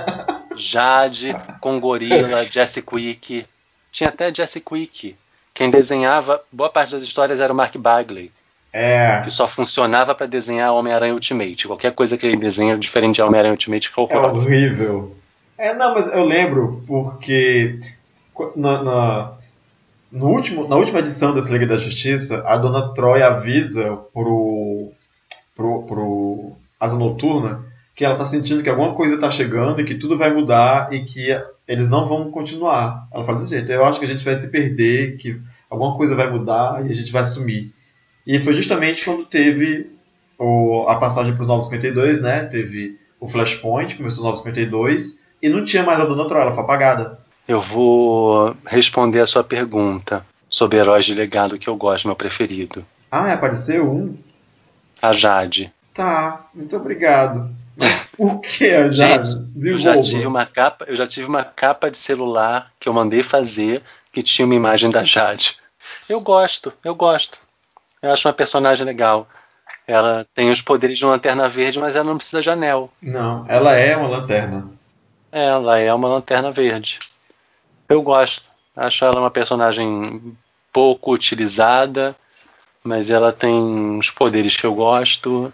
Jade, com Gorila, Jesse Quick. Tinha até Jesse Quick. Quem desenhava, boa parte das histórias era o Mark Bagley, É, que só funcionava para desenhar Homem-Aranha Ultimate. Qualquer coisa que ele desenha diferente de Homem-Aranha Ultimate ficou é horrorosa. horrível. É, não, mas eu lembro porque co- na, na, no último, na última edição dessa Liga da Justiça, a Dona Troy avisa pro, pro, pro Asa Noturna que ela tá sentindo que alguma coisa tá chegando e que tudo vai mudar e que eles não vão continuar. Ela fala desse jeito, eu acho que a gente vai se perder, que alguma coisa vai mudar e a gente vai sumir. E foi justamente quando teve o, a passagem para os Novos cinquenta e dois, né? Teve o Flashpoint, começou os Novos cinquenta e dois, e não tinha mais a Dona Troy, ela foi apagada. Eu vou responder a sua pergunta sobre heróis de legado que eu gosto, meu preferido. Ah, apareceu um? A Jade. Tá, muito obrigado. Mas por que a Jade? Gente, eu já Desenvolva. tive uma capa, eu já tive uma capa de celular que eu mandei fazer que tinha uma imagem da Jade. Eu gosto, eu gosto. Eu acho uma personagem legal. Ela tem os poderes de uma lanterna verde, mas ela não precisa de anel. Não, ela é uma lanterna. Ela é uma lanterna verde. Eu gosto. Acho ela uma personagem pouco utilizada, mas ela tem os poderes que eu gosto.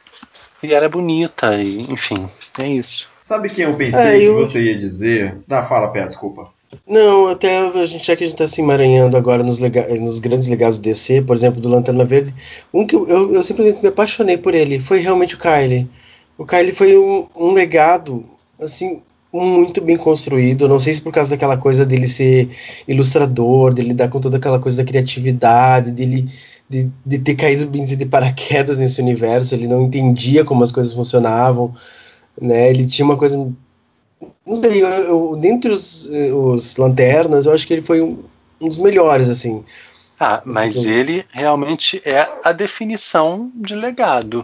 E ela é bonita, e, enfim, é isso. Sabe quem eu pensei É, eu- que você ia dizer? Ah, fala, Pé, desculpa. Não, até a gente, já que a gente tá se emaranhando agora nos, lega- nos grandes legados D C, por exemplo, do Lanterna Verde, um que eu, eu, eu simplesmente me apaixonei por ele foi realmente o Kyle. O Kyle foi um, um legado, assim, muito bem construído. Não sei se por causa daquela coisa dele ser ilustrador, dele dar com toda aquela coisa da criatividade, dele de, de ter caído bem dizer, de paraquedas nesse universo, ele não entendia como as coisas funcionavam, né? Ele tinha uma coisa. Não sei, eu, eu, dentre os, eh, os lanternas, eu acho que ele foi um, um dos melhores, assim. Ah, mas Assim, ele realmente é a definição de legado.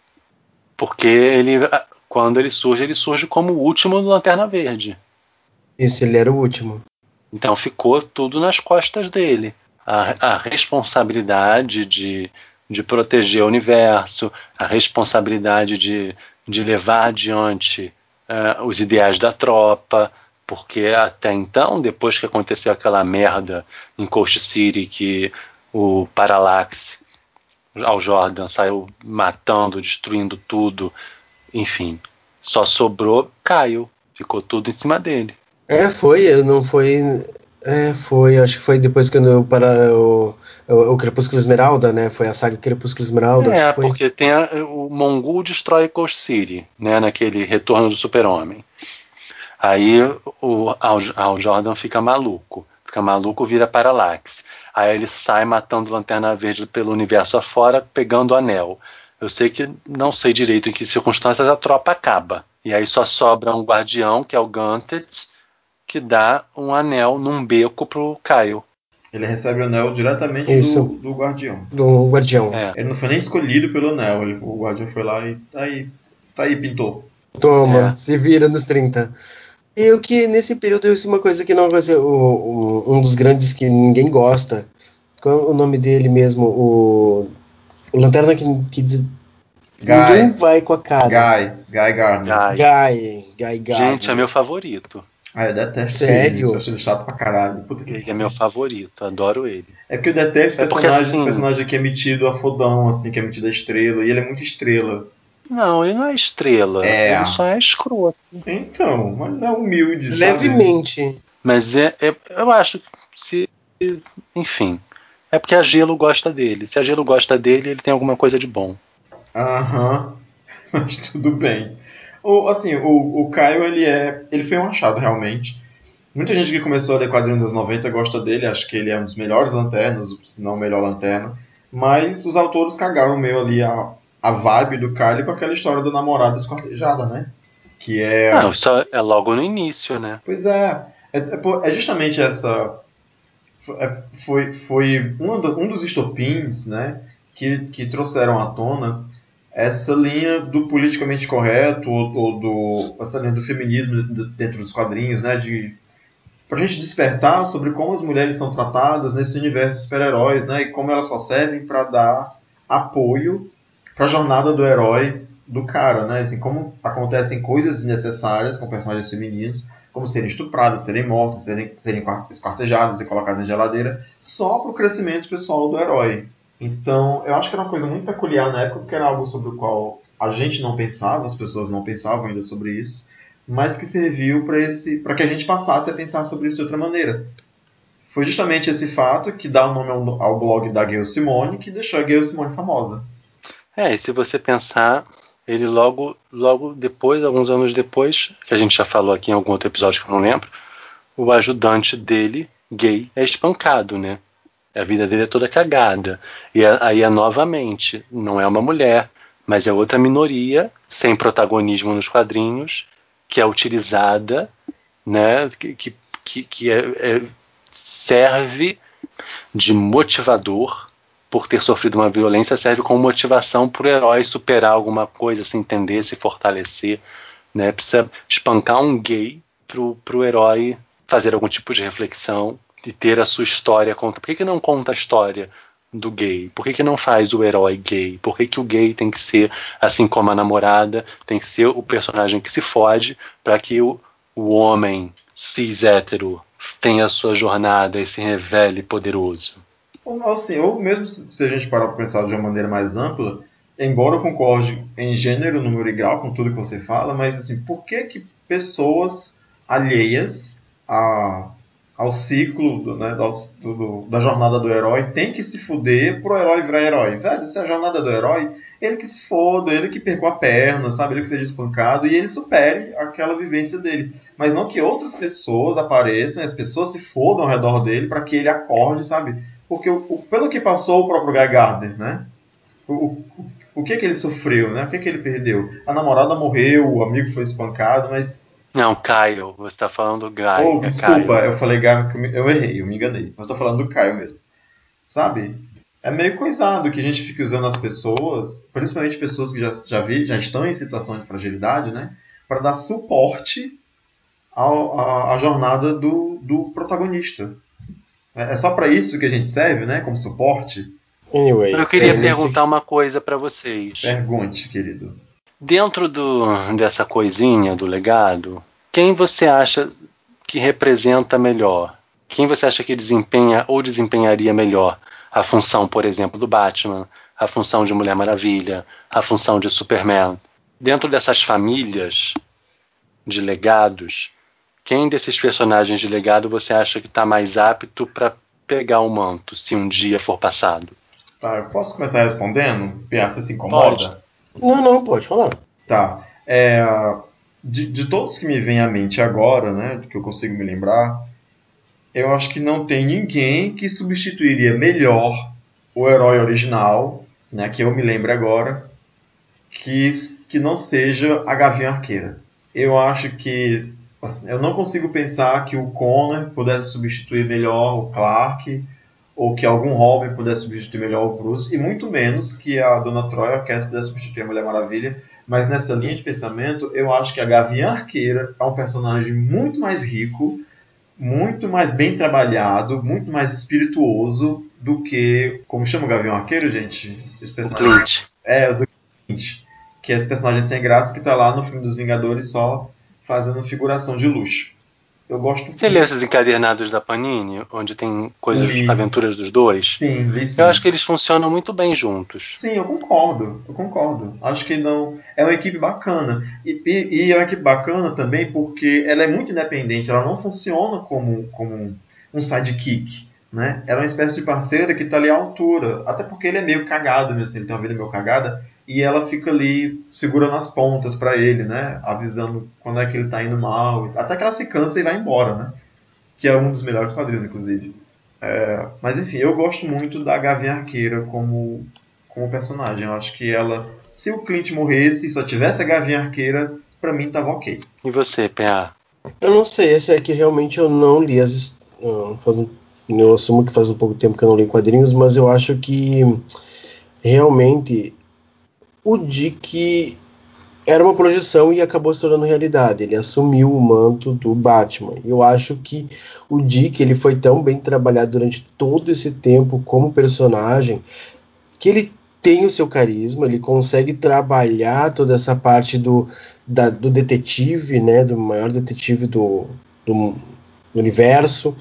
Porque ele, quando ele surge, ele surge como o último do Lanterna Verde. Isso, ele era o último. Então ficou tudo nas costas dele. A, a responsabilidade de, de proteger o universo, a responsabilidade de, de levar adiante uh, os ideais da tropa, porque até então, depois que aconteceu aquela merda em Coast City, que o Parallax, Al Jordan, saiu matando, destruindo tudo, enfim, só sobrou Caio, ficou tudo em cima dele. É, foi, não foi. É, foi, acho que foi depois que eu para o, o, o Crepúsculo Esmeralda, né? Foi a saga Crepúsculo Esmeralda, acho É, que foi. porque tem a, o Mongul destrói Coast City, né, naquele Retorno do Super-Homem. Aí o Al, Al Jordan fica maluco. fica maluco, vira Parallax. Aí ele sai matando Lanterna Verde pelo universo afora, pegando o anel. Eu sei que não sei direito em que circunstâncias a tropa acaba. E aí só sobra um guardião, que é o Gauntlet, que dá um anel num beco pro Kyle. Ele recebe o anel diretamente Isso. do, do Guardião. Do Guardião. É. Ele não foi nem escolhido pelo anel. Ele, o Guardião foi lá e tá aí, tá aí, pintou. Toma, É. se vira nos trinta. E o que nesse período eu uma coisa que não vai ser o, o- um dos grandes que ninguém gosta. Qual é o nome dele mesmo? O, o Lanterna que, que diz- ninguém Guy, vai com a cara. Guy, Guy Gardner. Guy. Guy, Guy Gardner. Gente, é meu favorito. Ah, eu detesto Sério? ele. Eu acho ele chato pra caralho. Puta que Ele é meu favorito, adoro ele. É que eu detesto É porque, personagem, assim- personagem que é metido a fodão, assim, que é metido a estrela. E ele é muito estrela. Não, ele não é estrela. É. Ele só é escroto. Então, mas não é humilde, sabe? Levemente. Mas é, é- eu acho que se. Enfim. É porque a Gelo gosta dele. Se a Gelo gosta dele, ele tem alguma coisa de bom. Aham, mas tudo bem. O, assim, o, o Caio, ele é. Ele foi um achado, realmente. Muita gente que começou a ler quadrinhos dos noventa gosta dele, acho que ele é um dos melhores lanternas, se não o melhor lanterna. Mas os autores cagaram meio ali a, a vibe do Caio com aquela história da namorada esquartejada, né? Que é. Não, só é logo no início, né? Pois é. É, é po- é justamente essa. é- Foi, foi um, do- um dos estopins, né? Que, que trouxeram à tona essa linha do politicamente correto ou, ou do essa linha do feminismo d- dentro dos quadrinhos, né, de pra gente despertar sobre como as mulheres são tratadas nesse universo de super-heróis, né, e como elas só servem para dar apoio para a jornada do herói do cara, né, assim, como acontecem coisas desnecessárias com personagens femininos, como serem estupradas, serem mortas, serem, serem esquartejadas e colocadas em geladeira, só para o crescimento pessoal do herói. Então, eu acho que era uma coisa muito peculiar na época, porque era algo sobre o qual a gente não pensava, as pessoas não pensavam ainda sobre isso, mas que serviu para esse, para que a gente passasse a pensar sobre isso de outra maneira. Foi justamente esse fato que dá o nome ao, ao blog da Gayle Simone que deixou a Gayle Simone famosa. É, e se você pensar, ele logo, logo depois, alguns anos depois, que a gente já falou aqui em algum outro episódio que eu não lembro, o ajudante dele, gay, é espancado, né? A vida dele é toda cagada. E aí é novamente, não é uma mulher, mas é outra minoria, sem protagonismo nos quadrinhos, que é utilizada, né? Que, que, que, que é, é, serve de motivador por ter sofrido uma violência, serve como motivação para o herói superar alguma coisa, se entender, se fortalecer, né? Precisa espancar um gay pro, pro herói fazer algum tipo de reflexão e ter a sua história conta. Por que, que não conta a história do gay? Por que, que não faz o herói gay? Por que, que o gay tem que ser, assim como a namorada, tem que ser o personagem que se fode para que o, o homem cis hétero tenha a sua jornada e se revele poderoso? Ou, assim, ou mesmo se a gente parar para pensar de uma maneira mais ampla, embora eu concorde em gênero, número e grau com tudo que você fala, mas assim, por que que pessoas alheias a, ao ciclo do, né, do, do, da jornada do herói tem que se fuder pro herói virar herói? Velho, se é a jornada do herói, ele que se foda, ele que perca a perna, sabe? Ele que seja espancado e ele supere aquela vivência dele. Mas não que outras pessoas apareçam, as pessoas se fodam ao redor dele para que ele acorde, sabe? Porque o, o, pelo que passou o próprio Guy Gardner, né? O, o, o que que ele sofreu, né? O que que ele perdeu? A namorada morreu, o amigo foi espancado, mas... Não, Kyle, você está falando do Guy. Oh, é desculpa, Kyle. eu falei Guy, eu errei, eu me enganei. Mas estou falando do Caio mesmo. Sabe? É meio coisado que a gente fique usando as pessoas, principalmente pessoas que já, já, vi, já estão em situação de fragilidade, né? Para dar suporte à jornada do, do protagonista. É só para isso que a gente serve, né? Como suporte. Anyway, Eu queria é, perguntar nesse- uma coisa para vocês. Pergunte, querido. Dentro do, dessa coisinha do legado, quem você acha que representa melhor? Quem você acha que desempenha ou desempenharia melhor a função, por exemplo, do Batman, a função de Mulher Maravilha, a função de Superman? Dentro dessas famílias de legados, quem desses personagens de legado você acha que está mais apto para pegar o manto, se um dia for passado? Tá, eu posso começar respondendo? Pia, você se incomoda? Pode. Não, não, pode falar. Tá. É, de, de todos que me vêm à mente agora, né, que eu consigo me lembrar, eu acho que não tem ninguém que substituiria melhor o herói original, né, que eu me lembro agora, que, que não seja a Gavião Arqueira. Eu acho que... Assim, eu não consigo pensar que o Connor pudesse substituir melhor o Clark, ou que algum Robin pudesse substituir melhor o Bruce, e muito menos que a Dona Troy ou a Cass pudesse substituir a Mulher Maravilha. Mas nessa linha de pensamento, eu acho que a Gavião Arqueira é um personagem muito mais rico, muito mais bem trabalhado, muito mais espirituoso do que... Como chama o Gavião Arqueiro, gente? Esse O personagem... Clint. É, o do Clint. Que é esse personagem sem graça que tá lá no filme dos Vingadores só fazendo figuração de luxo. Eu gosto... Você leu esses encadernados da Panini, onde tem coisas, Li. aventuras dos dois? Sim, li sim. Eu acho que eles funcionam muito bem juntos. Sim, eu concordo, eu concordo. Acho que não é uma equipe bacana. E, e, e é uma equipe bacana também porque ela é muito independente, ela não funciona como, como um sidekick. Né? Ela é uma espécie de parceira que está ali à altura. Até porque ele é meio cagado mesmo, assim, ele tem uma vida meio cagada. E ela fica ali segurando as pontas para ele, né? Avisando quando é que ele está indo mal. Até que ela se cansa e vai embora, né? Que é um dos melhores quadrinhos, inclusive. É, mas enfim, eu gosto muito da Gavião Arqueira como, como personagem. Eu acho que ela, se o Clint morresse e só tivesse a Gavião Arqueira, pra mim tava ok. E você, P A? Eu não sei, esse aqui realmente eu não li as his- não, faz um- eu assumo que faz um pouco tempo que eu não li quadrinhos, mas eu acho que realmente o Dick era uma projeção e acabou se tornando realidade. Ele assumiu o manto do Batman. Eu acho que o Dick ele foi tão bem trabalhado durante todo esse tempo como personagem que ele tem o seu carisma, ele consegue trabalhar toda essa parte do, da, do detetive, né, do maior detetive do, do universo.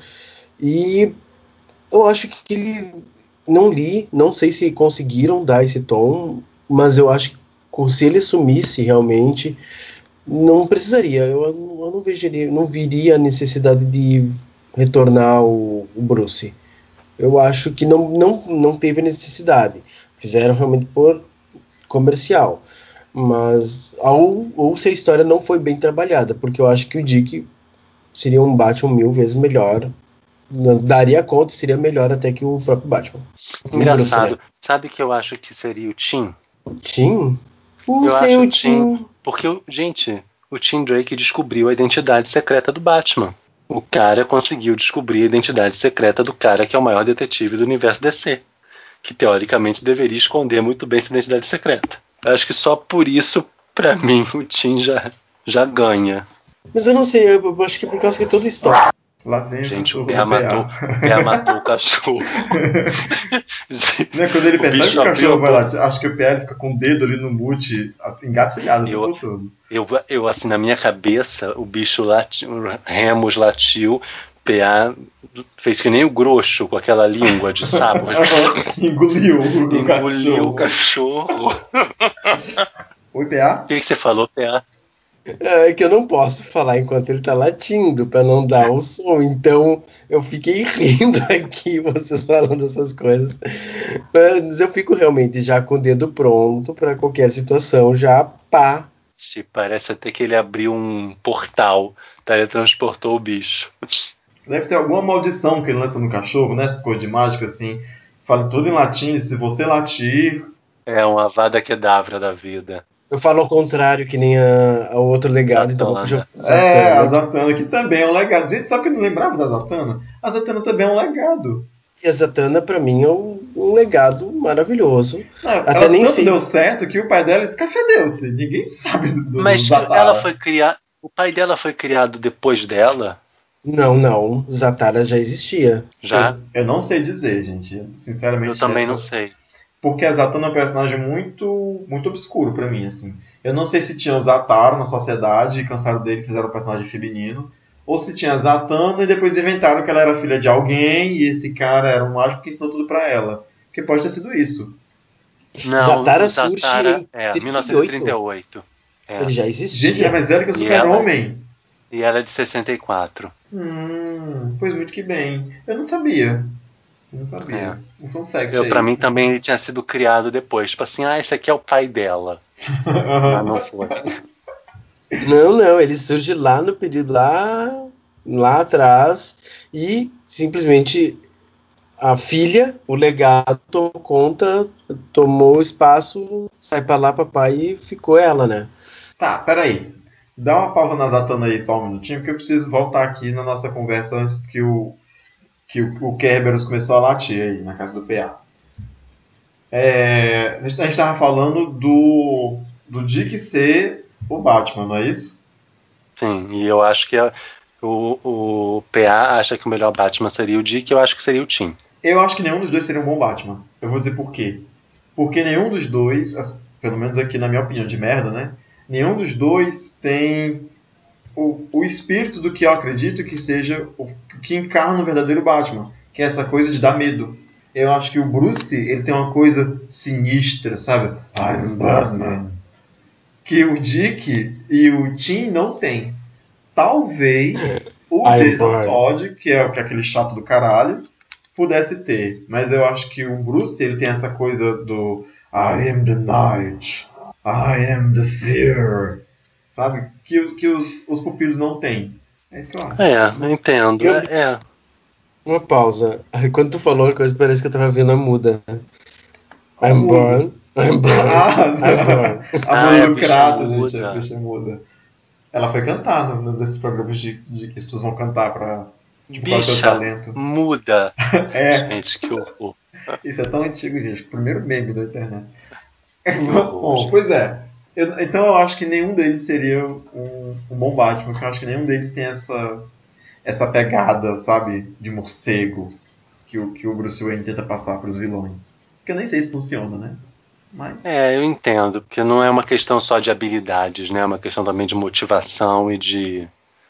E eu acho que ele... Não li, não sei se conseguiram dar esse tom, mas eu acho que se ele sumisse realmente, não precisaria. Eu, eu não, vegeria, não viria a necessidade de retornar o, o Bruce. Eu acho que não, não, não teve necessidade. Fizeram realmente por comercial. Mas, ou, ou se a história não foi bem trabalhada, porque eu acho que o Dick seria um Batman mil vezes melhor. Daria conta, seria melhor até que o próprio Batman. Engraçado. Bruce, né? Sabe que eu acho que seria o Tim? O Tim? Não Eu sei, acho o o Tim... Tim... Porque, gente, o Tim Drake descobriu a identidade secreta do Batman. O cara conseguiu descobrir a identidade secreta do cara que é o maior detetive do universo D C. Que, teoricamente, deveria esconder muito bem sua identidade secreta. Eu acho que só por isso, pra mim, o Tim já, já ganha. Mas eu não sei, eu, eu acho que é por causa que toda a história... Lá vem Gente, o o P A matou, P A matou o cachorro. Né, quando ele O percebe bicho que o cachorro abriu vai a latir, acho que o P L fica com o dedo ali no mute, engatilhado o Eu, tempo todo. eu, eu, assim, na minha cabeça, o bicho latiu, o Remus latiu, P A fez que nem o Grosso com aquela língua de sapo. Engoliu o Engoliu o cachorro. cachorro. Oi, P A? O que, que você falou, P A? É que eu não posso falar enquanto ele tá latindo, pra não dar o som. Então eu fiquei rindo aqui, vocês falando essas coisas. Mas eu fico realmente já com o dedo pronto pra qualquer situação, já pá. Se parece até que ele abriu um portal, teletransportou o bicho. Deve ter alguma maldição que ele lança no cachorro, né? Essas coisas de mágica assim. Fala tudo em latim, se você latir. É uma Avada Kedavra da vida. Eu falo ao contrário, que nem a, a outro legado, então eu já Zatanna. É, a Zatanna. Zatanna, que também é um legado. Gente, sabe que eu não lembrava da Zatanna? A Zatanna também é um legado. E a Zatanna, pra mim, é um, um legado maravilhoso. Não, Até ela nem tanto sei. deu certo que o pai dela escafedeu-se. Ninguém sabe do, do, do Mas Zatara. ela foi criada. O pai dela foi criado depois dela? Não, não. Zatara já existia. Já? Eu, eu não sei dizer, gente. Sinceramente, Eu também essa... não sei. Porque a Zatanna é um personagem muito, muito obscuro pra mim, assim. Eu não sei se tinha o Zatara na sociedade e cansaram dele e fizeram um personagem feminino. Ou se tinha a Zatanna e depois inventaram que ela era filha de alguém e esse cara era um mágico que ensinou tudo pra ela. Porque pode ter sido isso. Não, Zatara o surge Zatara em é trinta mil e novecentos e trinta e oito. oito. É. Ele já Gente, existia. é mais velho que o E ela, Super-Homem. e ela é de sessenta e quatro. Hum, pois muito que bem. Eu não sabia. Eu não sabia. É. Um fun fact Eu, aí. pra mim também ele tinha sido criado depois. Tipo assim, ah, esse aqui é o pai dela. Mas não foi. Não, não. Ele surge lá no período lá lá atrás e simplesmente a filha, o legado, tomou conta, tomou o espaço, sai pra lá, papai, e ficou ela, né? Tá, peraí. Dá uma pausa na Zatanna aí só um minutinho, porque eu preciso voltar aqui na nossa conversa antes que o, que o, o Kerberos começou a latir aí na casa do P A. É, a gente estava falando do, do Dick ser o Batman, não é isso? Sim, e eu acho que a- o, o P A acha que o melhor Batman seria o Dick, eu acho que seria o Tim. Eu acho que nenhum dos dois seria um bom Batman. Eu vou dizer por quê. Porque nenhum dos dois, as- pelo menos aqui na minha opinião de merda, né? Nenhum dos dois tem o, o espírito do que eu acredito que seja o que encarna o verdadeiro Batman, que é essa coisa de dar medo. Eu acho que o Bruce, ele tem uma coisa sinistra, sabe? I'm Batman. Que o Dick e o Tim não tem. Talvez o I'm Jason Batman. Todd, que é, que é aquele chato do caralho, pudesse ter. Mas eu acho que o Bruce, ele tem essa coisa do I am the night, I am the fear, sabe? Que, que os, os pupilos não têm. É isso que eu acho. É, eu entendo. Eu- É, é. Uma pausa. Aí, quando tu falou a coisa, parece que eu tava vendo a muda. Ó, I'm mudo. born, I'm born, I'm born. Ah, a Ah, muda é a do bicha Kratos, gente, muda. a bicha muda. Ela foi cantar no, no- nesses programas de, de que as pessoas vão cantar pra. Tipo, qual é o seu Bicha talento? muda. É, Gente, que horror. isso é tão antigo, gente. O primeiro meme da internet. horror, Bom, gente. pois é. Eu- então eu acho que nenhum deles seria um, um bom Batman, porque eu acho que nenhum deles tem essa, essa pegada, sabe, de morcego que o, que o Bruce Wayne tenta passar para os vilões. Que eu nem sei se funciona, né? Mas. É, eu entendo, porque não é uma questão só de habilidades, né? É uma questão também de motivação e de.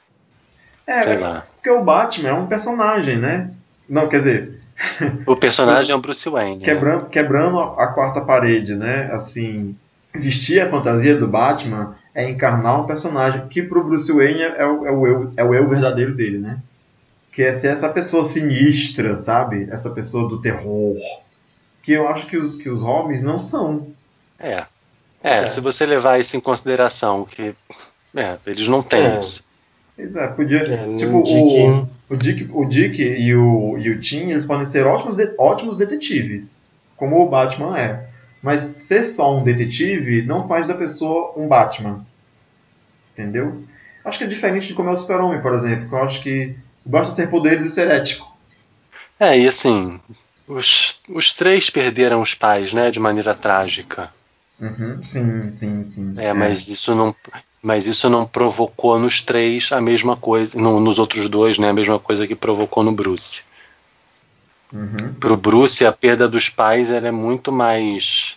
É, Sei é lá. porque o Batman é um personagem, né? Não, quer dizer. O personagem é o Bruce Wayne, né? quebrando, quebrando a quarta parede, né? Assim, vestir a fantasia do Batman é encarnar um personagem que pro Bruce Wayne é o, é o, eu, é o eu verdadeiro dele, né? Que é ser essa pessoa sinistra, sabe? Essa pessoa do terror. Que eu acho que os, que os Robins não são. É. É, se você levar isso em consideração, que é, eles não têm É. isso. Pois é, podia. É, no tipo, Dick- o, o, Dick, o Dick e o, e o Tim, eles podem ser ótimos, de- ótimos detetives, como o Batman é. Mas ser só um detetive não faz da pessoa um Batman. Entendeu? Acho que é diferente de como é o Super-Homem, por exemplo. Que eu acho que basta ter poderes e ser ético. É, e assim, os, os três perderam os pais, né, de maneira trágica. Uhum, sim, sim, sim. É, mas isso não, mas isso não provocou nos três a mesma coisa, no, nos outros dois, né, a mesma coisa que provocou no Bruce. Uhum. Pro Bruce, a perda dos pais ela é muito mais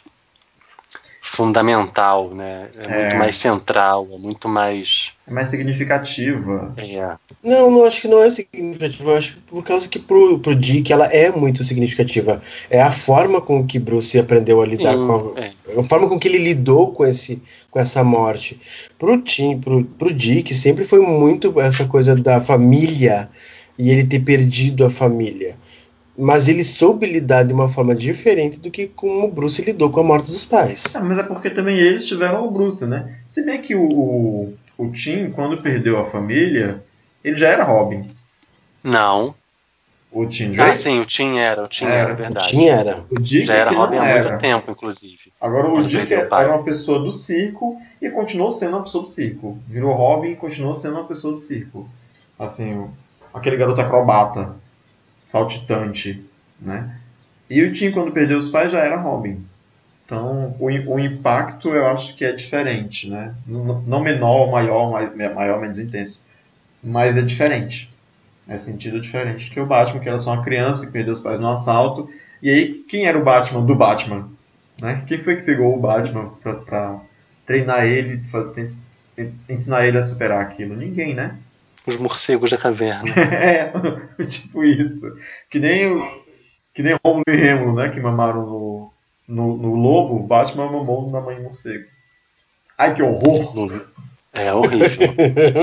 fundamental, né? É, É. muito mais central, é muito mais. É mais significativa. É, Não, não acho que não é significativa. Eu acho que por causa que pro, pro Dick ela é muito significativa. É a forma com que Bruce aprendeu a lidar sim, com a, é. a forma com que ele lidou com, esse, com essa morte. Pro, Tim, pro, pro Dick sempre foi muito essa coisa da família e ele ter perdido a família. Mas ele soube lidar de uma forma diferente do que como o Bruce lidou com a morte dos pais. Ah, mas é porque também eles tiveram o Bruce, né? Se bem que o, o, o Tim, quando perdeu a família, ele já era Robin. Não. O Tim Ah, Drake sim, o Tim era, o Tim Era. era, O verdade. Tim era. O Dick Já é era que Robin não há muito era. tempo, inclusive. Agora o Quando Dick perdeu o pai. era uma pessoa do circo e continuou sendo uma pessoa do circo. Virou Robin e continuou sendo uma pessoa do circo. Assim, o- aquele garoto acrobata, saltitante, né? E o Tim, quando perdeu os pais, já era Robin. Então, o, o impacto eu acho que é diferente, né? N- Não menor, maior, mais, maior, menos intenso. Mas é diferente. É sentido diferente. Que o Batman, que era só uma criança que perdeu os pais no assalto. E aí, quem era o Batman do Batman? Né? Quem foi que pegou o Batman pra, pra treinar ele, fazer, ensinar ele a superar aquilo? Ninguém, né? Os morcegos da caverna. É, tipo isso. Que nem o que nem Rômulo e Rêmulo, né? Que mamaram no, no, no lobo, o Batman mamou na mãe morcego. Ai, que horror! No- É horrível.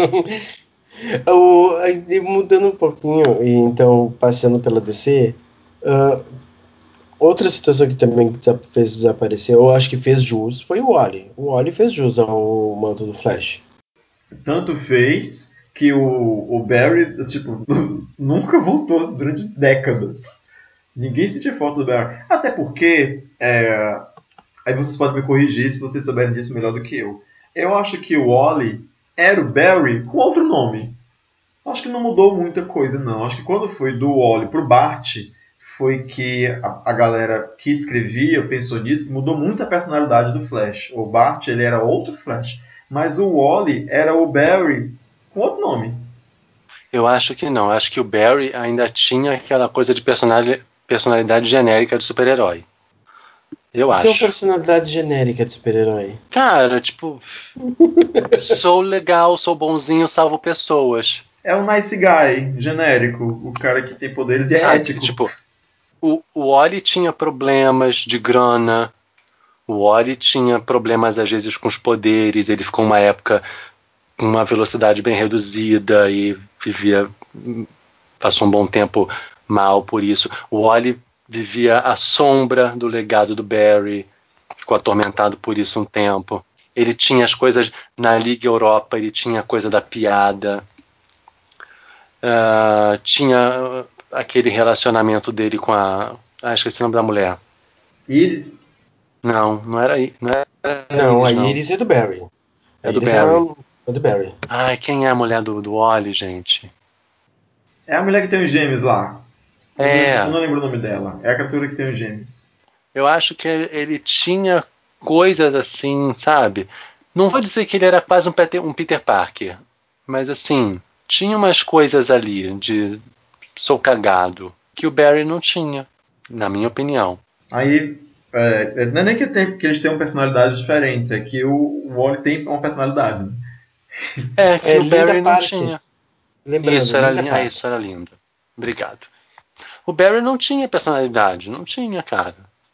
O, aí, mudando um pouquinho, e então passeando pela D C, ah, outra situação que também desa- fez desaparecer, eu acho que fez jus, foi o Wally. O Wally fez jus ao manto do Flash. Tanto fez que o, o Barry, tipo, nunca voltou durante décadas. Ninguém sentia falta do Barry. Até porque, é, aí vocês podem me corrigir se vocês souberem disso melhor do que eu. Eu acho que o Wally era o Barry com outro nome. Acho que não mudou muita coisa, não. Acho que quando foi do Wally pro Bart, foi que a, a galera que escrevia pensou nisso, mudou muito a personalidade do Flash. O Bart, ele era outro Flash. Mas o Wally era o Barry com outro nome. Eu acho que não. Acho que o Barry ainda tinha aquela coisa de personalidade, personalidade genérica de super-herói. Eu O que é uma acho. personalidade genérica de super-herói? Cara, tipo, sou legal, sou bonzinho, salvo pessoas. É o nice guy, genérico. O cara que tem poderes e é Sabe? ético. Tipo, o, o Wally tinha problemas de grana. O Wally tinha problemas, às vezes, com os poderes. Ele ficou uma época com uma velocidade bem reduzida e vivia, passou um bom tempo mal por isso. O Wally vivia à sombra do legado do Barry, ficou atormentado por isso um tempo. Ele tinha as coisas na Liga Europa, ele tinha a coisa da piada, uh, tinha aquele relacionamento dele com a... Ah, esqueci o nome da mulher. Iris? Não, não era, não era Não, Iris, a não. Iris é do Barry. A É do Iris Barry. É, uma, é do Barry. Ai, quem é a mulher do, do Wally, gente? É a mulher que tem os gêmeos lá. Eu não- É. Eu não lembro o nome dela. É a criatura que tem os gêmeos. Eu acho que ele tinha coisas assim, sabe? Não vou dizer que ele era quase um Peter, um Peter Parker, mas assim, tinha umas coisas ali de sou cagado que o Barry não tinha, na minha opinião. Aí, é, não é nem que, tem, que eles tenham personalidades diferentes, é que o, o Wally tem uma personalidade. Né? É, que É o Linda Barry não Parker. tinha. Lembrando, Isso, era Linda linda. Ah, Parker. isso era lindo. Obrigado. O Barry não tinha personalidade, não tinha, cara.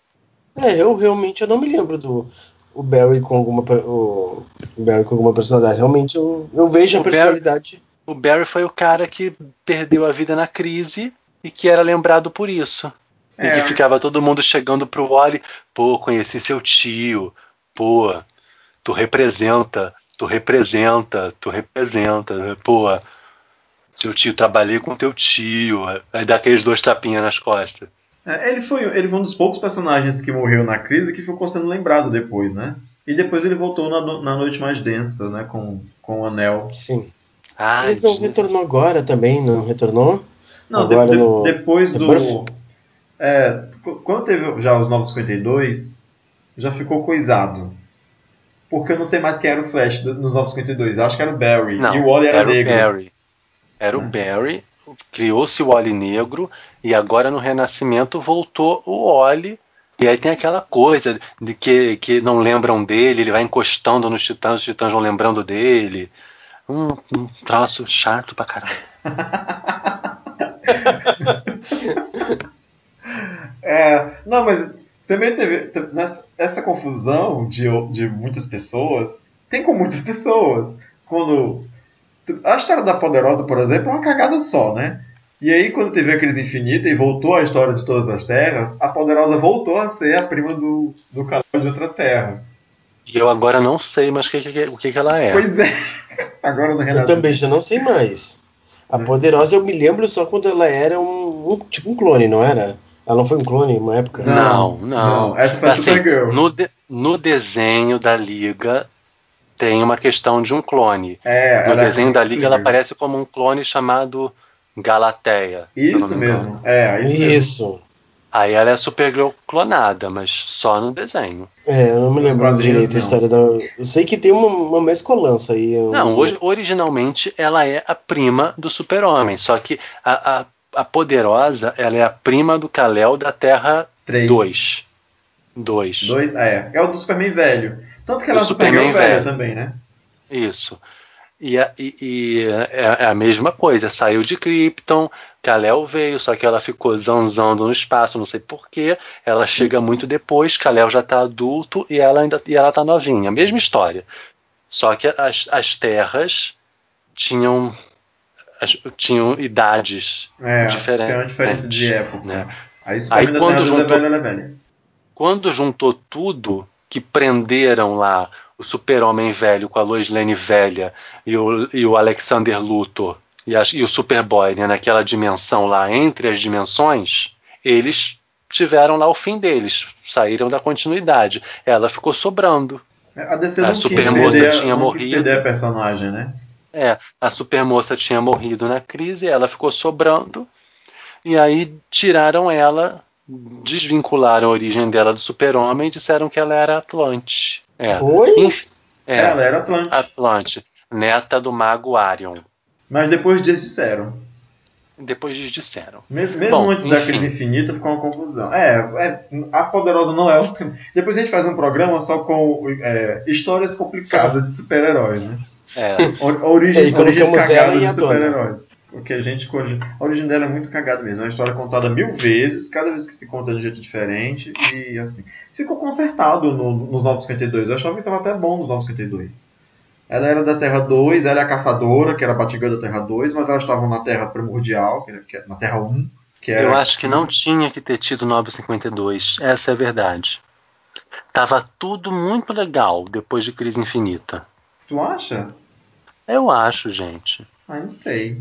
É, eu realmente eu não me lembro do o Barry com alguma per- o, o Barry com alguma personalidade. Realmente eu, eu vejo O a Barry- personalidade. O Barry foi o cara que perdeu a vida na crise e que era lembrado por isso. E É, que ficava todo mundo chegando pro Wally, pô, conheci seu tio, pô, tu representa, tu representa, tu representa, pô, seu tio, trabalhei com teu tio, aí dá aqueles dois tapinhas nas costas. é, ele, foi, ele foi um dos poucos personagens que morreu na crise que ficou sendo lembrado depois, né? E depois ele voltou na, no- na Noite Mais Densa, né? Com, com o Anel. Sim. Ai, Ele não gente, retornou agora também, não retornou? Não, de- agora de- no depois The do... Birth? É, qu- quando teve já os Novos cinquenta e dois, já ficou coisado. Porque eu não sei mais quem era o Flash do- nos Novos cinquenta e dois. Eu acho que era o Barry. E não, o Wally era, era o negro. Barry. Era o Né? Barry, criou-se o Wally negro e agora no Renascimento voltou o Wally. E aí tem aquela coisa de que, que não lembram dele, ele vai encostando nos titãs, os titãs vão lembrando dele. Um, um troço chato pra caralho. É, não, mas também teve te- nessa- essa confusão de, de muitas pessoas. Tem com muitas pessoas. Quando a história da Poderosa, por exemplo, é uma cagada só, né? E aí, quando teve a crise infinita e voltou a história de Todas as Terras, a Poderosa voltou a ser a prima do, do Kal-El de outra terra. E eu agora não sei mais o que, que- o que, que ela é. Pois é. Agora no Eu Renato. também já não sei mais. A Poderosa eu me lembro só quando ela era um, um- tipo um clone, não era? Ela não foi um clone em uma época? Não, Não, não. não. Essa foi a Assim, Supergirl. no, de- no desenho da Liga tem uma questão de um clone. É, No ela desenho é da Liga ela Supergirl. aparece como um clone chamado Galateia. se eu não Isso me engano. mesmo. É, isso mesmo. Isso. Aí ela é Supergirl clonada, mas só no desenho. É, eu não me Nos lembro quadrinhos, direito a não. história da. Eu sei que tem uma, uma mescolança aí. um- Não, hoje, originalmente ela é a prima do Super-Homem, só que a, a, a Poderosa ela é a prima do Kal-El da Terra Três. dois. dois. Dois, é. É o do Superman velho. Tanto que ela Do é a Supergirl Superman velha velho. também, né? Isso. E, a- e- e é é a mesma coisa, saiu de Krypton, Kal-El veio, só que ela ficou zanzando no espaço, não sei porquê. Ela chega muito depois, Kal-El já tá adulto e ela ainda e ela tá novinha. Mesma história. Só que as, as terras tinham, as- tinham idades É, diferentes. tem uma diferença de época. Né? Aí Superman Aí da quando Terra dois é juntou- velha, ela é velha. Quando juntou tudo, que prenderam lá o Super-Homem velho com a Lois Lane velha e o, e o Alexander Luthor e, a, e o Superboy, né, naquela dimensão lá, entre as dimensões, eles tiveram lá o fim deles, saíram da continuidade. Ela ficou sobrando. A D C A não quis Supermoça perder, tinha não quis morrido. perder a personagem, né? É, a Supermoça tinha morrido na crise, ela ficou sobrando, e aí tiraram ela, desvincularam a origem dela do Super-Homem e disseram que ela era Atlante. É. Oi? Enfim, é, Ela era Atlante. Atlante, neta do mago Arion. Mas depois disso disseram. Depois eles disseram. Mesmo, mesmo Bom, antes da enfim. crise infinita ficou uma confusão. É, é, a Poderosa não é o tema. Depois a gente faz um programa só com é, histórias complicadas de super-heróis, né? É, O- Origem, Aí origens colocamos ela cagadas e de a dona. super-heróis. Porque a gente. A origem dela é muito cagada mesmo. É uma história contada mil vezes, cada vez que se conta de um jeito diferente. E assim. Ficou consertado no, nos novos cinquenta e dois. Eu achava que estava até bom nos novos cinquenta e dois. Ela era da Terra dois, ela é a caçadora, que era a Batgirl da Terra dois, mas elas estavam na Terra primordial, que era, que era na Terra um. Que era eu acho que não tinha que ter tido nove cinquenta e dois. Essa é a verdade. Tava tudo muito legal depois de Crise Infinita. Tu acha? Eu acho, gente. Ah, não sei.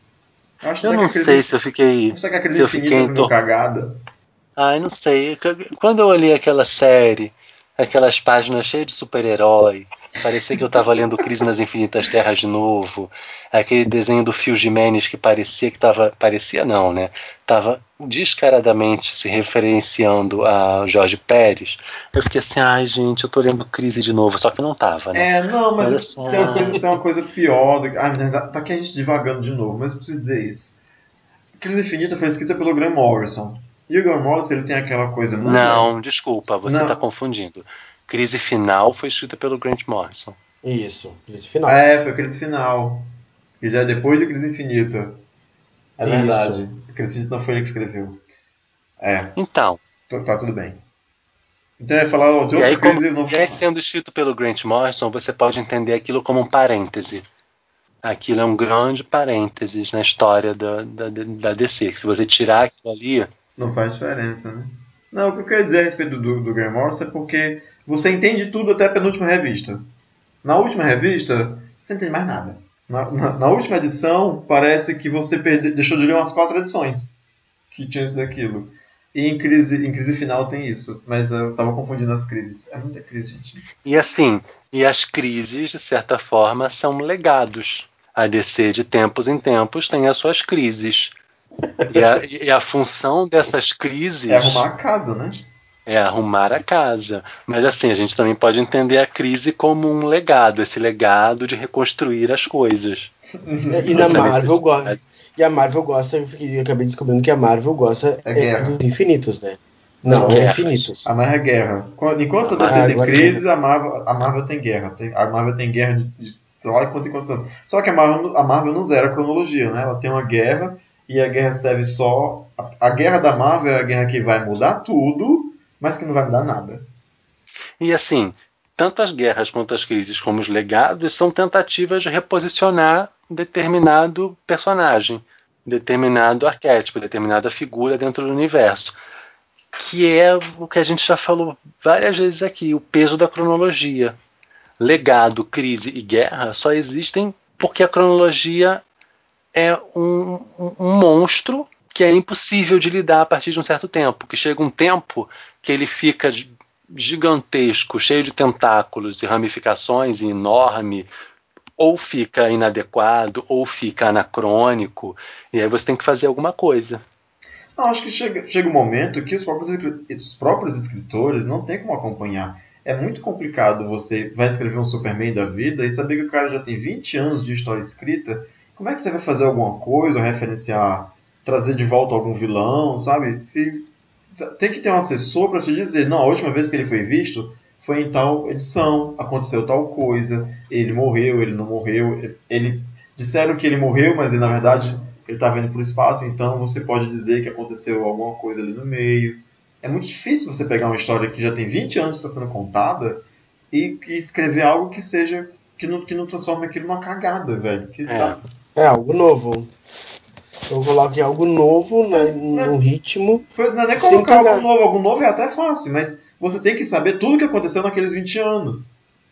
Eu acho Eu até não que a crise, sei se eu fiquei. acho até que a crise Se eu infinita fiquei foi meio entor... cagada. Ai, não sei. Quando eu olhei aquela série, aquelas páginas cheias de super-herói, parecia que eu tava lendo Crise nas Infinitas Terras de novo. Aquele desenho do Phil Jimenez que parecia que tava. Parecia não, né? Tava descaradamente se referenciando a Jorge Pérez. Eu fiquei assim, ai, gente, eu tô lendo Crise de novo, só que não tava, né? É, não, mas, Mas assim, tem, uma coisa, ai. tem uma coisa pior. Do que, ah, né, tá aqui a gente divagando de novo, mas eu preciso dizer isso. Crise Infinita foi escrita pelo Graham Morrison. E o Graham Morrison ele tem aquela coisa muito legal. Não, desculpa, você Não. tá confundindo. Crise Final foi escrita pelo Grant Morrison. Isso, crise final. É, foi Crise Final. Que já é depois de Crise Infinita. É Isso. verdade. A Crise Infinita não foi ele que escreveu. É, Então, t- tá tudo bem. Então eu ia falar de e outra aí, como crise e não vou é falar. sendo escrito pelo Grant Morrison, você pode entender aquilo como um parêntese. Aquilo é um grande parênteses na história da, da, da D C. Que se você tirar aquilo ali. Não faz diferença, né? Não, o que eu quero dizer a respeito do, do Graham Morrison é porque você entende tudo até a penúltima revista. Na última revista, você não entende mais nada. Na, na, na última edição, parece que você perde, deixou de ler umas quatro edições que tinha isso daquilo. E em crise, em crise final tem isso. Mas eu tava confundindo as crises. É muita crise, gente. E assim, e as crises, de certa forma, são legados. A D C, de tempos em tempos, tem as suas crises. E a, e a função dessas crises. É arrumar a casa, né? É arrumar a casa. Mas assim, a gente também pode entender a crise como um legado, esse legado de reconstruir as coisas. E na Essa Marvel gosta. necessidade. E a Marvel gosta, eu fiquei- eu acabei descobrindo que a Marvel gosta É é guerra. dos infinitos, né? Não, é Guerras. infinitos. A Marvel é guerra. Quando- Enquanto a A D C Marvel- Ah, tem agora crise, a Marvel, a Marvel tem guerra. Tem- a Marvel tem guerra de, de sei lá quanto e quantos anos. Só que a Marvel, a Marvel não zera a cronologia, né? Ela tem uma guerra e a guerra serve só. A, a guerra da Marvel é a guerra que vai mudar tudo, mas que não vai mudar nada. E assim, tanto as guerras quanto as crises como os legados são tentativas de reposicionar determinado personagem, determinado arquétipo, determinada figura dentro do universo. Que é o que a gente já falou várias vezes aqui, o peso da cronologia. Legado, crise e guerra só existem porque a cronologia é um, um, um monstro que é impossível de lidar a partir de um certo tempo. Que chega um tempo que ele fica gigantesco, cheio de tentáculos e ramificações, e enorme, ou fica inadequado, ou fica anacrônico, e aí você tem que fazer alguma coisa. Não, acho que chega, chega um momento que os próprios, os próprios escritores não tem como acompanhar. É muito complicado você vai escrever um Superman da vida e saber que o cara já tem vinte anos de história escrita. Como é que você vai fazer alguma coisa, ou referenciar, trazer de volta algum vilão, sabe? Se, tem que ter um assessor para te dizer, não, a última vez que ele foi visto foi em tal edição, aconteceu tal coisa, ele morreu, ele não morreu, ele disseram que ele morreu, mas ele, na verdade ele estava indo para o espaço, então você pode dizer que aconteceu alguma coisa ali no meio. É muito difícil você pegar uma história que já tem vinte anos que está sendo contada e, e escrever algo que seja que não, que não transforme aquilo numa cagada, velho. Que, É. sabe? É algo novo. Eu coloquei algo novo na, no ritmo. Não é nem sem colocar algo cagar. novo. Algo novo é até fácil, mas você tem que saber tudo o que aconteceu naqueles vinte anos.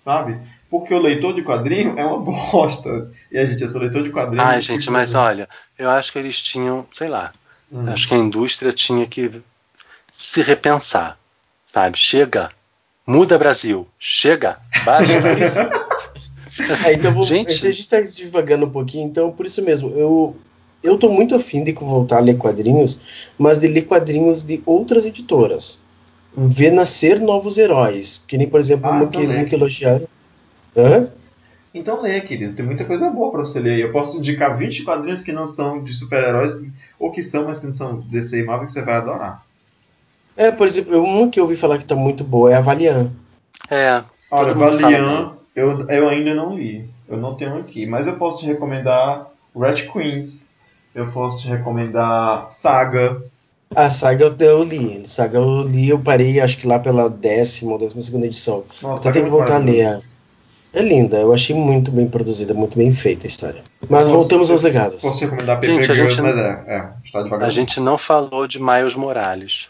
sabe? Porque o leitor de quadrinho é uma bosta. E a gente, eu sou leitor de quadrinho. Ai, gente, mas olha, eu acho que eles tinham, sei lá, Hum. acho que a indústria tinha que se repensar, sabe? Chega, muda Brasil, chega, basta. É, então vou, Gente. se a gente tá divagando um pouquinho, então por isso mesmo, eu, eu tô muito afim de voltar a ler quadrinhos, mas de ler quadrinhos de outras editoras. Ver nascer novos heróis, que nem, por exemplo, Ah, uma então que, lê. uma que elogiaram. Hã? Então lê, querido. Tem muita coisa boa pra você ler. Eu posso indicar vinte quadrinhos que não são de super-heróis, ou que são, mas que não são D C e Marvel, que você vai adorar. É, por exemplo, uma que eu ouvi falar que tá muito boa é a Valiant. É, Olha, todo mundo fala bem. Valiant, eu, eu ainda não li. Eu não tenho aqui. Mas eu posso te recomendar Red Queens. Eu posso te recomendar Saga. A Saga eu, eu li. Saga eu li, eu parei acho que lá pela décima ou décima segunda edição. Nossa, Até Saga é tenho que muito voltar a ler. maravilhoso. É linda, eu achei muito bem produzida, muito bem feita a história. Mas Posso- voltamos aos eu legados. Posso te recomendar Paper Gente, a Girls, gente- mas é, é, está A devagar. gente não falou de Miles Morales.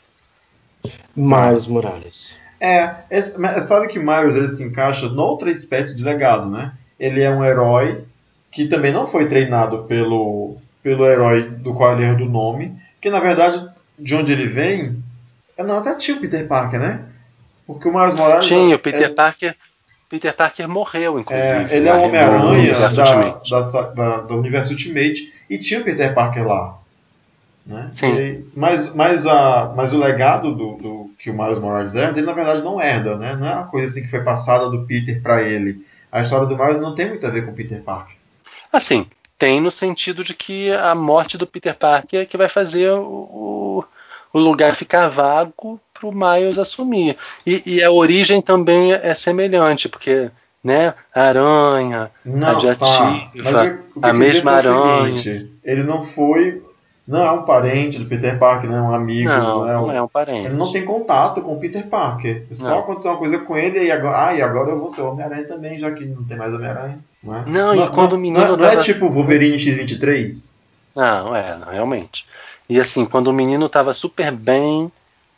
Miles Morales. É, esse- mas sabe que Miles ele se encaixa noutra espécie de legado, né? Ele é um herói que também não foi treinado pelo, pelo herói do qual ele herdou o nome, que na verdade, de onde ele vem, é não, até tinha o Peter Parker, né? Porque o Miles Morales Tinha, o Peter é, Parker. Peter Parker morreu, inclusive. é, ele é o na- no Homem-Aranha universo da, Ultimate. da, da- do universo Ultimate e tinha o Peter Parker lá. Né? Sim. E aí- mas, mas, a, mas o legado do, do que o Miles Morales herda, ele na verdade não herda, né? Não é uma coisa assim que foi passada do Peter para ele. A história do Miles não tem muito a ver com o Peter Parker. Assim, tem no sentido de que a morte do Peter Parker é que vai fazer o, o lugar ficar vago para o Miles assumir. E, e a origem também é semelhante, porque, né, a aranha, Não, radiativa, tá. Mas o, o que a eu quis dizer mesma foi o aranha. seguinte: ele não foi. Não é um parente do Peter Parker, não é um amigo, não Não, é não um. é um Ele não parente. tem contato com o Peter Parker. Só Não. aconteceu uma coisa com ele e agora. Ah, e agora eu vou ser o Homem-Aranha também, já que não tem mais Homem-Aranha. Não, é? Não, não, e quando não, o menino não, é, não é tava- tipo Wolverine X vinte e três? Não, é, não, realmente. E assim, quando o menino tava super bem,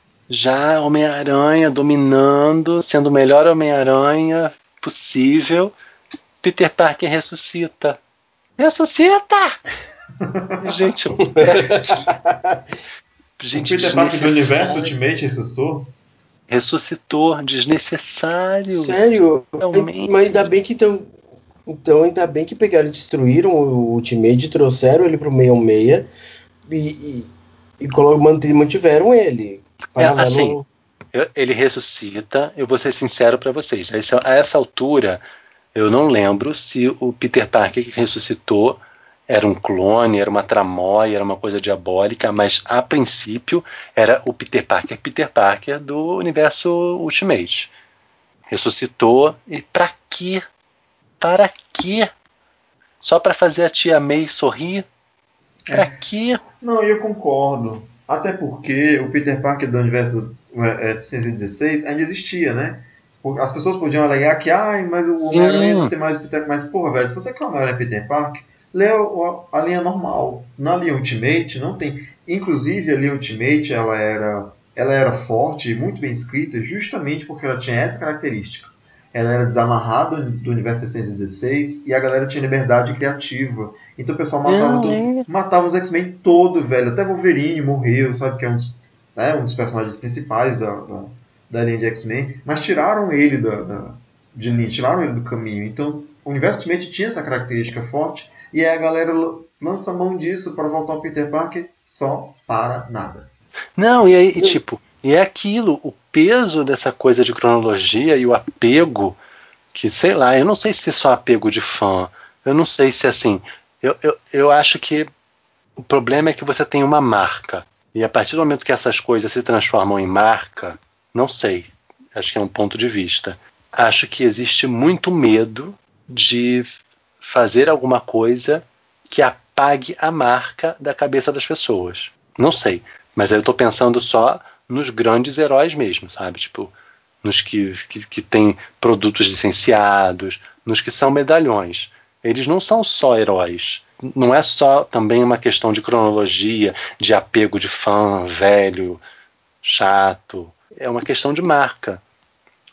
já Homem-Aranha dominando, sendo o melhor Homem-Aranha possível, Peter Parker ressuscita. Ressuscita! E, gente, é, gente O Peter Parker do universo desnecessário. Ultimate ressuscitou? Ressuscitou, desnecessário. Sério? Realmente. Mas ainda bem que então, então ainda bem que pegaram e destruíram o Ultimate, trouxeram ele pro seiscentos e sessenta e, e, e colo- mant- mantiveram ele. É, Paralelo assim, ao- eu- ele ressuscita, eu vou ser sincero pra vocês. A essa, a essa altura, eu não lembro se o Peter Parker que ressuscitou era um clone, era uma tramóia, era uma coisa diabólica, mas a princípio era o Peter Parker, Peter Parker do universo Ultimate. Ressuscitou e pra quê? Para quê? Só pra fazer a tia May sorrir? Pra quê? Não, eu concordo. Até porque o Peter Parker do universo é, é, seiscentos e dezesseis ainda existia, né? Por- As pessoas podiam alegar que, ai, mas o Homem-Aranha não tem mais o Peter Parker. Mas, porra, velho, se você quer o Homem-Aranha Peter Parker, lê o- a linha normal. Na linha Ultimate não tem. Inclusive, a linha Ultimate ela era, ela era forte e muito bem escrita justamente porque ela tinha essa característica. Ela era desamarrada do universo seiscentos e dezesseis e a galera tinha liberdade criativa. Então o pessoal matava, Não, todo, é. matava os X-Men todo, velho. Até Wolverine morreu, sabe? Que é um dos, né, um dos personagens principais da, da, da linha de X-Men. Mas tiraram ele da, da, de linha, tiraram ele do caminho. Então o universo Ultimate tinha essa característica forte e aí a galera lança mão disso para voltar ao Peter Parker só para nada. Não, e aí, e tipo, e é aquilo, o peso dessa coisa de cronologia e o apego, que sei lá, eu não sei se é só apego de fã, eu não sei se assim, eu, eu, eu acho que o problema é que você tem uma marca, e a partir do momento que essas coisas se transformam em marca, não sei, acho que é um ponto de vista. Acho que existe muito medo de fazer alguma coisa que apague a marca da cabeça das pessoas. Não sei, mas eu tô pensando só nos grandes heróis mesmo, sabe? Tipo, nos que, que, que têm produtos licenciados, nos que são medalhões. Eles não são só heróis. Não é só também uma questão de cronologia, de apego de fã velho, chato. É uma questão de marca.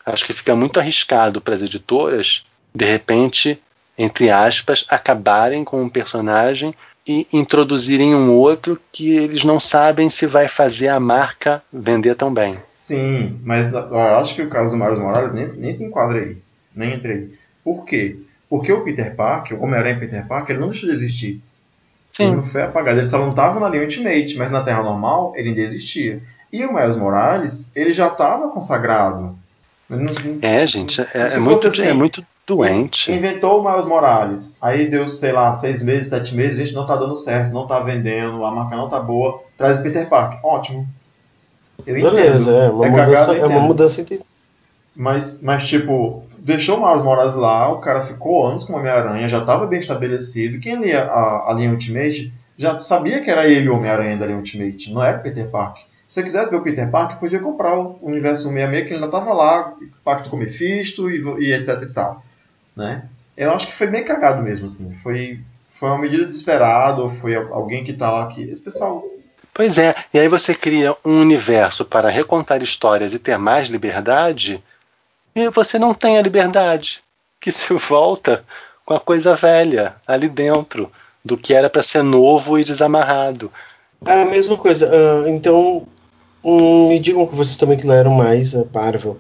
Acho que fica muito arriscado para as editoras, de repente, entre aspas, acabarem com um personagem e introduzirem um outro que eles não sabem se vai fazer a marca vender tão bem. Sim, mas eu acho que o caso do Miles Morales nem, nem se enquadra aí. Nem entra aí. Por quê? Porque o Peter Parker, o Homem-Aranha Peter Parker, ele não deixou de existir. Sim. Ele não foi apagado. Ele só não estava na linha Ultimate, mas na Terra Normal ele ainda existia. E o Miles Morales, ele já estava consagrado. Não, não, É, gente, é, é, se muito, fosse assim, é muito doente. Inventou o Miles Morales. Aí deu, sei lá, seis meses, sete meses, a gente não tá dando certo, não tá vendendo, a marca não tá boa. Traz o Peter Parker. Ótimo. Eu Beleza, entendo. é uma É mudança, cagado, eu é uma entendo. mudança de. Mas, mas, tipo, deixou o Miles Morales lá, o cara ficou anos com o Homem-Aranha, já estava bem estabelecido. Quem lia a, a linha Ultimate já sabia que era ele o Homem-Aranha da linha Ultimate, não era o Peter Parker. Se você quisesse ver o Peter Parker, podia comprar o Universo cento e sessenta e seis, que ele ainda estava lá, Pacto com Mephisto e, e etc e tal. Né? Eu acho que foi meio cagado mesmo, assim. Foi, foi uma medida desesperada, foi alguém que tá lá que... Esse pessoal... Pois é, e aí você cria um universo para recontar histórias e ter mais liberdade, e você não tem a liberdade, que se volta com a coisa velha ali dentro, do que era para ser novo e desamarrado. A mesma coisa. ah, então, hum, me digam que vocês também que leram mais a Marvel.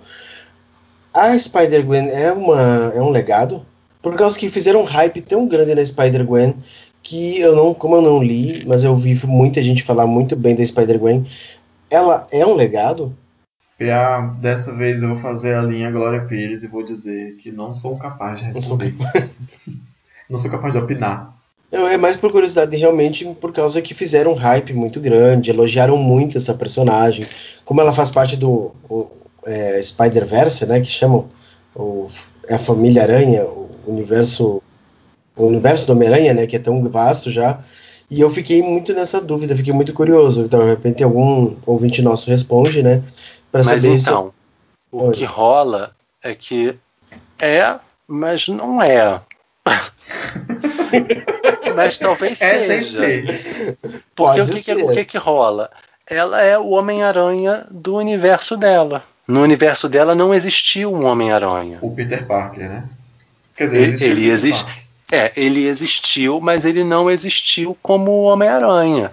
A Spider-Gwen é, uma, é um legado? Por causa que fizeram um hype tão grande na Spider-Gwen que eu não, como eu não li, mas eu vi muita gente falar muito bem da Spider-Gwen. Ela é um legado? Ah, dessa vez eu vou fazer a linha Glória Pires e vou dizer que não sou capaz de Não sou responder. Não sou capaz de opinar. Não, é mais por curiosidade, realmente, por causa que fizeram um hype muito grande, elogiaram muito essa personagem. Como ela faz parte do o, é, Spider-Verse, né, que chamam, o, é a família Aranha, o universo, o universo do Homem-Aranha, né, que é tão vasto já. E eu fiquei muito nessa dúvida, fiquei muito curioso. Então, de repente, algum ouvinte nosso responde, né, para Mas saber se... então, o Oi. que rola é que é, mas não é. Mas talvez É sem seja. ser. Porque Pode o que, que, ser. o que que rola? Ela é o Homem-Aranha do universo dela. No universo dela não existiu um Homem-Aranha. O Peter Parker, né? Quer dizer, Ele, existiu o ele, Peter existe, Parker. é, ele existiu, mas ele não existiu como Homem-Aranha.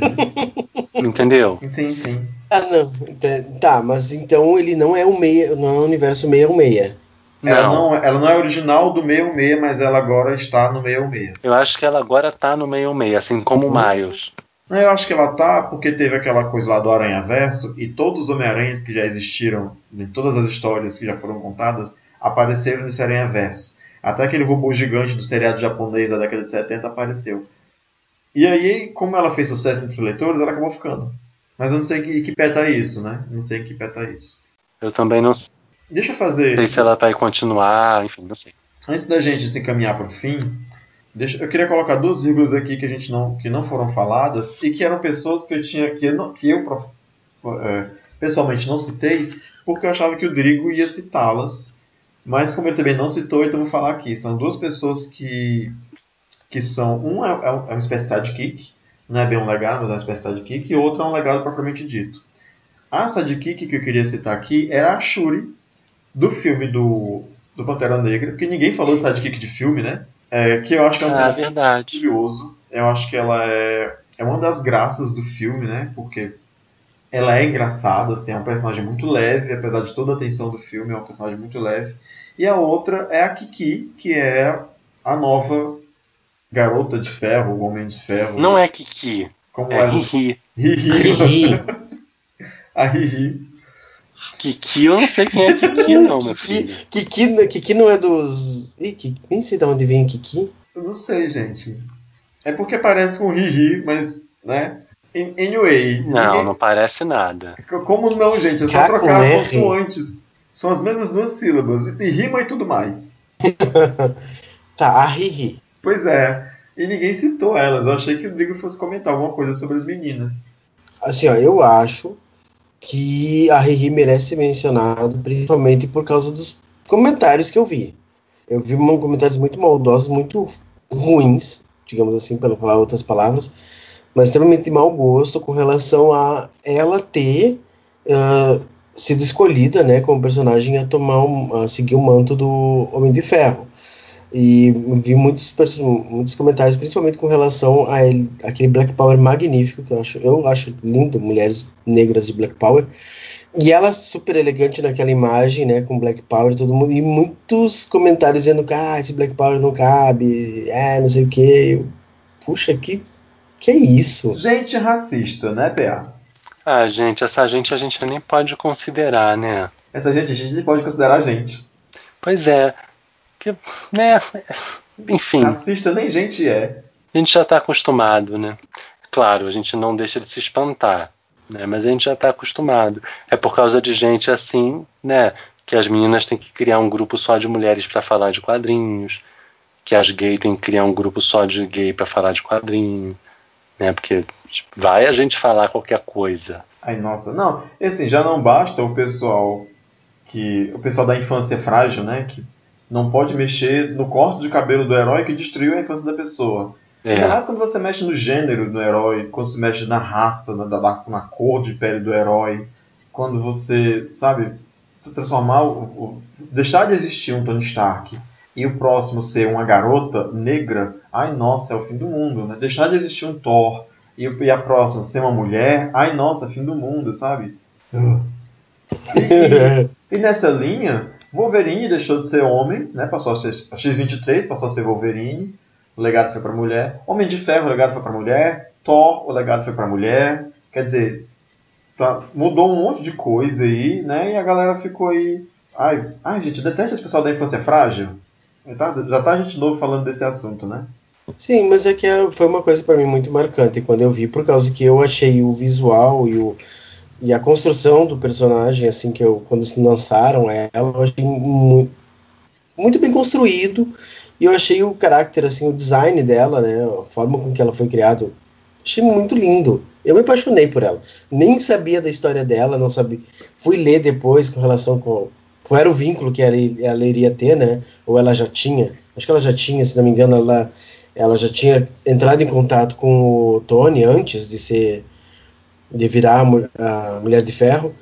Uhum. Entendeu? Sim, sim. Ah, não. Tá, mas então ele não é o meia, não é o universo seiscentos e sessenta e seis. Ela Não. não, ela não é original do seiscentos e sessenta e seis, mas ela agora está no seiscentos e sessenta e seis. Eu acho que ela agora tá no meio meio, assim como o Miles. Não, eu acho que ela tá porque teve aquela coisa lá do Aranha-Verso e todos os Homem-Aranhas que já existiram, em todas as histórias que já foram contadas, apareceram nesse Aranha-Verso. Até aquele robô gigante do seriado japonês da década de setenta apareceu. E aí, como ela fez sucesso entre os leitores, ela acabou ficando. Mas eu não sei em que pé tá isso, né? Não sei em que pé tá isso. Eu também não sei Deixa eu fazer, se ela vai continuar, enfim, não sei. antes da gente se encaminhar para o fim, deixa, eu queria colocar duas vírgulas aqui que a gente não, que não foram faladas e que eram pessoas que eu tinha que eu, não- que eu é, pessoalmente não citei, porque eu achava que o Drigo ia citá-las, mas como ele também não citou, então eu vou falar aqui. São duas pessoas que, que são, um é, é um- é uma espécie de sidekick, não é bem um legado, mas é uma espécie de sidekick, e outro é um legado propriamente dito. A sidekick que eu queria citar aqui era a Shuri, do filme do, do Pantera Negra, porque ninguém falou de sidekick de filme, né? É, que eu acho que é um Ah, personagem verdade. curioso. Eu acho que ela é, é uma das graças do filme, né? Porque ela é engraçada, assim, é um personagem muito leve, apesar de toda a tensão do filme, é um personagem muito leve. E a outra é a Kiki, que é a nova garota de ferro, o homem de ferro. Não é Kiki, Como é é? Riri. Riri. A Riri. Kiki, eu não sei quem é Kiki, não, meu Kiki, filho. Kiki, Kiki não é dos. Ih, Kiki, nem sei de onde vem Kiki. Eu não sei, gente. É porque parece com Riri, mas, né? An- Anyway, Não, não ninguém... parece nada. Como não, gente? É só K com trocar as R. consoantes. São as mesmas duas sílabas. E tem rima e tudo mais. Tá, a Riri. Pois é. E ninguém citou elas. Eu achei que o Drigo fosse comentar alguma coisa sobre as meninas. Assim, ó, eu acho que a Riri merece ser mencionado, principalmente por causa dos comentários que eu vi. Eu vi um- comentários muito maldosos, muito ruins, digamos assim, para não falar outras palavras, mas extremamente de mau gosto com relação a ela ter uh, sido escolhida, né, como personagem a tomar um, a seguir o manto do Homem de Ferro. E vi muitos, muitos comentários, principalmente com relação a ele, aquele Black Power magnífico, que eu acho, eu acho lindo, mulheres negras de Black Power. E ela super elegante naquela imagem, né, com Black Power e todo mundo. E muitos comentários dizendo que ah, esse Black Power não cabe, é, não sei o que. Puxa, que, que é isso? Gente racista, né, P A? Ah, gente, essa gente a gente nem pode considerar, né? Essa gente a gente nem pode considerar gente. Pois é, que, né? Enfim, Racista nem gente é. a gente já está acostumado, né? Claro, a gente não deixa de se espantar, né? Mas a gente já está acostumado. É por causa de gente assim, né? Que as meninas têm que criar um grupo só de mulheres para falar de quadrinhos, que as gays têm que criar um grupo só de gay para falar de quadrinho, né? Porque tipo, vai a gente falar qualquer coisa. Ai, nossa, não. E assim, já não basta o pessoal que o pessoal da infância frágil, né, que não pode mexer no corte de cabelo do herói que destruiu a infância da pessoa. Ainda É, mais quando você mexe no gênero do herói, quando você mexe na raça, na, na, na cor de pele do herói, quando você, sabe, transformar o, o, deixar de existir um Tony Stark e o próximo ser uma garota negra, ai nossa, é o fim do mundo, né? Deixar de existir um Thor e, e a próxima ser uma mulher, ai nossa, fim do mundo, sabe? Uh. E, e, e nessa linha, Wolverine deixou de ser homem, né? Passou a ser a X vinte e três, passou a ser Wolverine. O legado foi para mulher. Homem de Ferro, o legado foi para mulher. Thor, o legado foi para mulher. Quer dizer, tá, mudou um monte de coisa aí, né? E a galera ficou aí. Ai, ai gente, detesta esse pessoal da infância frágil. Tá, já tá a gente novo falando desse assunto, né? Sim, mas é que foi uma coisa para mim muito marcante quando eu vi, por causa que eu achei o visual e, o, e a construção do personagem, assim, que eu, quando se lançaram ela, eu achei muito, muito bem construído, e eu achei o caráter, assim, o design dela, né, a forma com que ela foi criada, achei muito lindo. Eu me apaixonei por ela. Nem sabia da história dela, não sabia. Fui ler depois com relação com qual era o vínculo que ela, ela iria ter, né? Ou ela já tinha. Acho que ela já tinha, se não me engano, ela, ela já tinha entrado em contato com o Tony antes de ser de virar a, mu- a Mulher de Ferro.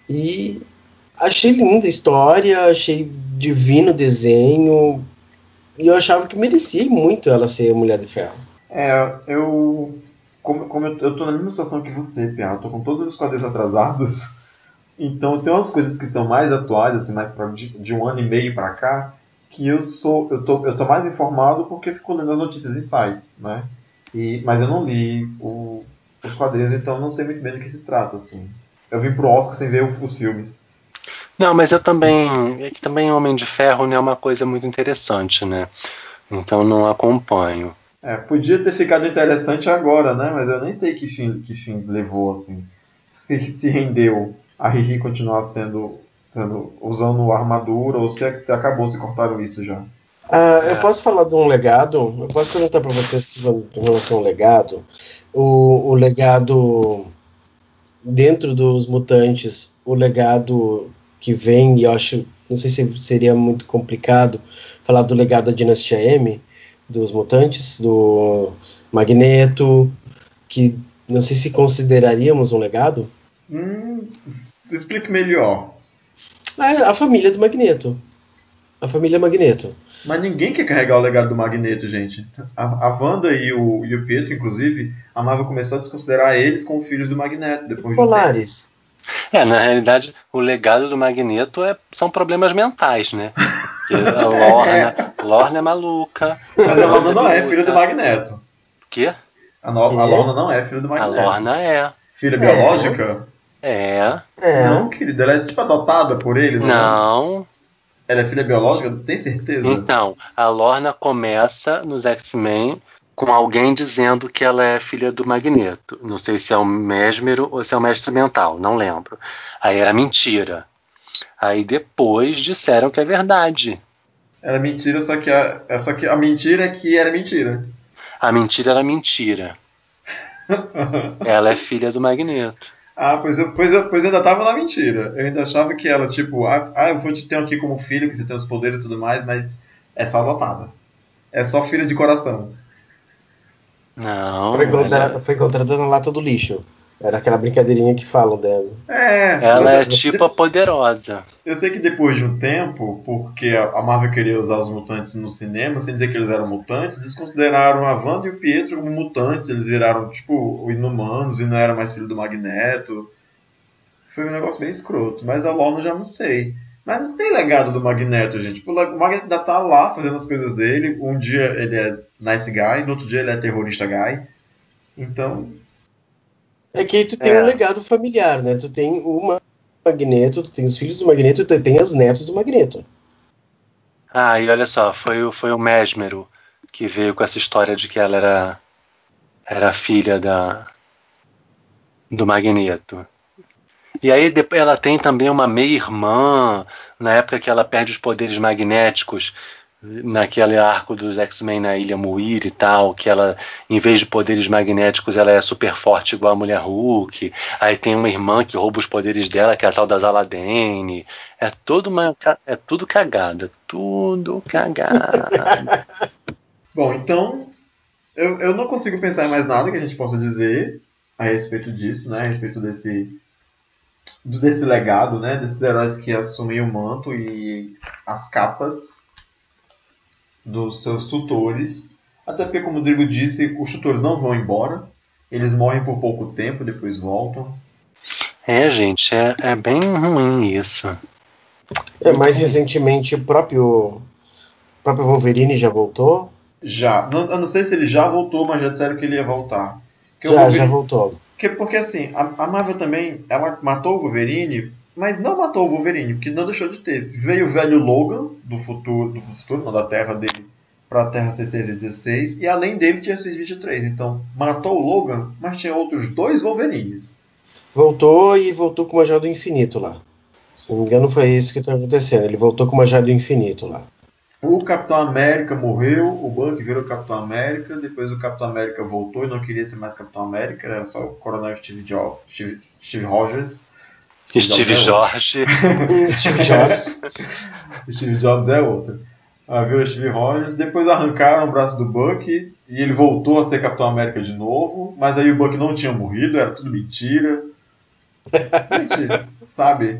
E achei linda a história, achei divino o desenho. E eu achava que merecia muito ela ser a Mulher de Ferro. É, eu. Como, como eu, eu tô na mesma situação que você, Pia, eu tô com todos os quadrinhos atrasados. Então tem umas coisas que são mais atuais, assim, mais pra, de, de um ano e meio pra cá, que eu sou eu tô, eu tô mais informado porque fico lendo as notícias em sites, né? E, mas eu não li o, os quadrinhos, então não sei muito bem do que se trata, assim. Eu vim pro Oscar sem ver o- os filmes. não, mas eu também. É que também Homem de Ferro não é uma coisa muito interessante, né? Então não acompanho. É, podia ter ficado interessante agora, né? Mas eu nem sei que fim, que fim levou, assim. Se, se rendeu a Riri continuar sendo, sendo usando armadura ou se, se acabou, se cortaram isso já. Ah, eu É. posso falar de um legado? Eu posso perguntar para vocês que vão- em relação ao legado. O, o legado dentro dos mutantes, o legado que vem, e eu acho, não sei se seria muito complicado falar do legado da Dinastia M, dos mutantes, do Magneto, que não sei se consideraríamos um legado. Hum, explique melhor. Ah, a família do Magneto. A família Magneto. Mas ninguém quer carregar o legado do Magneto, gente. A, a Wanda e o, e o Pietro, inclusive, a Marvel começou a desconsiderar eles como filhos do Magneto depois de um tempo. Polaris. É, na realidade, o legado do Magneto é, são problemas mentais, né? Que a Lorna, Lorna é maluca, a Mas a Wanda Lorna é não é filha do biruta. Magneto. Quê? A, no, a É? Lorna não é filha do A Magneto. Lorna é. Filha É. biológica? É. Não, É. querida, ela é tipo adotada por ele, não é? Não. Ela é filha biológica? Tem certeza? Então, a Lorna começa nos X-Men com alguém dizendo que ela é filha do Magneto. Não sei se é o Mesmero ou se é o Mestre Mental, não lembro. Aí era mentira. Aí depois disseram que é verdade. Era mentira, só que a, é só que a mentira é que era mentira. A mentira era mentira. Ela é filha do Magneto. Ah, pois eu, pois, eu, pois eu ainda tava na mentira. Eu ainda achava que ela, tipo, ah, ah, eu vou te ter aqui como filho, que você tem os poderes e tudo mais, mas é só adotada. É só filha de coração. Não, Foi ela encontrada, é... foi encontrada na lata do lixo. Era aquela brincadeirinha que falam dela. É, Ela é mas- tipo a poderosa. Eu sei que depois de um tempo, porque a Marvel queria usar os mutantes no cinema, sem dizer que eles eram mutantes, desconsideraram a Wanda e o Pietro como mutantes, eles viraram, tipo, o Inumanos e não era mais filho do Magneto. Foi um negócio bem escroto, mas a Lorna eu já não sei. Mas não tem legado do Magneto, gente. Tipo, o Magneto ainda tá lá fazendo as coisas dele, um dia ele é nice guy, no outro dia ele é terrorista guy. Então, É que aí tu tem É. um legado familiar, né? Tu tem o Magneto, tu tem os filhos do Magneto e tu tem os netos do Magneto. Ah, e olha só, foi, o- foi o Mesmero que veio com essa história de que ela era, era filha da, do Magneto. E aí depois ela tem também uma meia-irmã, na época que ela perde os poderes magnéticos, naquele arco dos X-Men na Ilha Muir e tal, que ela, em vez de poderes magnéticos, ela é super forte igual a Mulher Hulk. Aí tem uma irmã que rouba os poderes dela, que é a tal da Zaladane. É tudo uma, é tudo cagada, tudo cagada. bom, então eu, eu não consigo pensar em mais nada que a gente possa dizer a respeito disso, né? A respeito desse do- desse legado, né? Desses heróis que assumem o manto e as capas dos seus tutores. Até porque, como o Rodrigo disse, os tutores não vão embora. Eles morrem por pouco tempo, depois voltam. É, gente, é, é bem ruim isso. É, mais recentemente o próprio, o próprio Wolverine já voltou. Já. Não, eu não sei se ele já voltou, mas já disseram que ele ia voltar. Porque, o Já, Wolverine- já voltou. porque, porque assim, a, a Marvel também, ela matou o Wolverine, mas não matou o Wolverine, porque não deixou de ter. Veio o velho Logan, do futuro, do futuro, não, da Terra dele, para a Terra C seis e dezesseis, e além dele tinha seis vinte e três. Então, matou o Logan, mas tinha outros dois Wolverines. Voltou e voltou com uma joia do infinito lá. Se não me engano, foi isso que está acontecendo. Ele voltou com uma joia do infinito lá. O Capitão América morreu, o Buck virou Capitão América, depois o Capitão América voltou e não queria ser mais Capitão América, era só o Coronel Steve, Jobs, Steve, Steve Rogers. Steve Jobs é outro. Jorge. Steve Jobs. Steve Jobs é outro. Ah, virou Steve Rogers, depois arrancaram o braço do Buck e ele voltou a ser Capitão América de novo, mas aí o Buck não tinha morrido, era tudo mentira. Gente, sabe?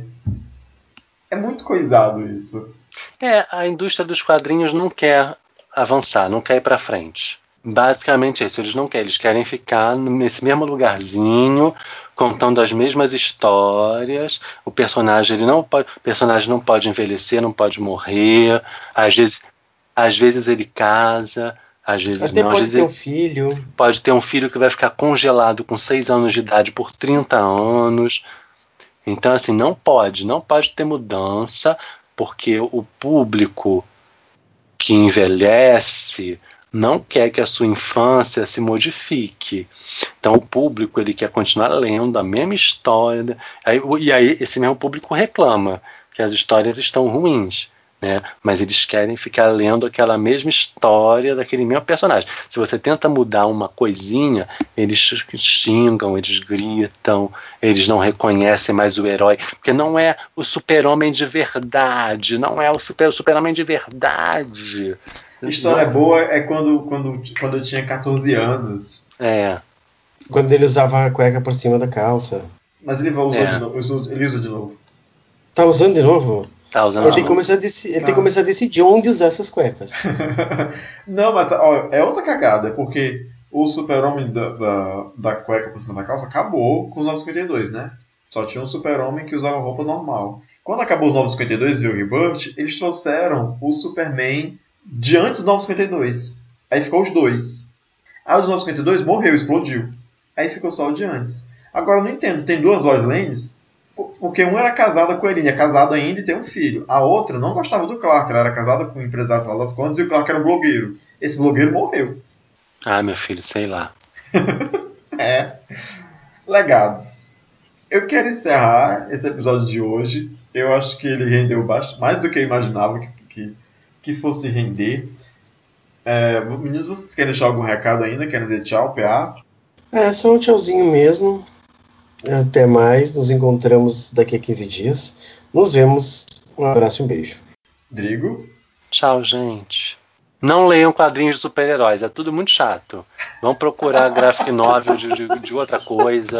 É muito coisado isso. É, a indústria dos quadrinhos não quer avançar, não quer ir pra frente. Basicamente é isso, eles não querem, eles querem ficar nesse mesmo lugarzinho, contando as mesmas histórias. O personagem, ele não pode, o personagem não pode envelhecer, não pode morrer. Às vezes, às vezes ele casa, às vezes Até não. Às pode vezes ter ele um filho. pode ter um filho que vai ficar congelado com seis anos de idade por trinta anos. Então, assim, não pode, não pode ter mudança, porque o público que envelhece não quer que a sua infância se modifique. Então o público ele quer continuar lendo a mesma história. Aí, e aí esse mesmo público reclama que as histórias estão ruins. Né? Mas eles querem ficar lendo aquela mesma história daquele mesmo personagem. Se você tenta mudar uma coisinha, eles xingam, eles gritam, eles não reconhecem mais o herói, porque não é o super-homem de verdade, não é o super, o super-homem de verdade. História Não, boa é quando, quando, quando eu tinha catorze anos. é, Quando ele usava a cueca por cima da calça. Mas ele usou É. de novo. usou- Ele usa de novo. Tá usando de novo? tá usando Ele de tem que novo. começar a, deci- ele tem que Ah. começar a decidir onde usar essas cuecas. Não, mas ó, é outra cagada, porque o super-homem da, da, da cueca por cima da calça acabou com os novos cinquenta e dois, né? Só tinha um super-homem que usava roupa normal. Quando acabou os novos cinquenta e dois e o Rebirth, eles trouxeram o Superman de antes dos novos cinquenta e dois. Aí ficou os dois. Aí os novos cinquenta e dois morreu, explodiu. Aí ficou só o de antes. Agora eu não entendo, tem duas Lois Lanes, porque uma era casada com ele, é casada ainda e tem um filho. A outra não gostava do Clark, ela era casada com um empresário no final das contas e o Clark era um blogueiro. Esse blogueiro morreu. Ah, meu filho, sei lá. É. Legados. Eu quero encerrar esse episódio de hoje. Eu acho que ele rendeu bastante, mais do que eu imaginava que, que, que fosse render. É, meninos, vocês querem deixar algum recado ainda? Querem dizer tchau, P A? É, só um tchauzinho mesmo. Até mais. Nos encontramos daqui a quinze dias. Nos vemos. Um abraço e um beijo. Drigo? Tchau, gente. Não leiam quadrinhos de super-heróis, é tudo muito chato. Vão procurar graphic novel de, de, de outra coisa,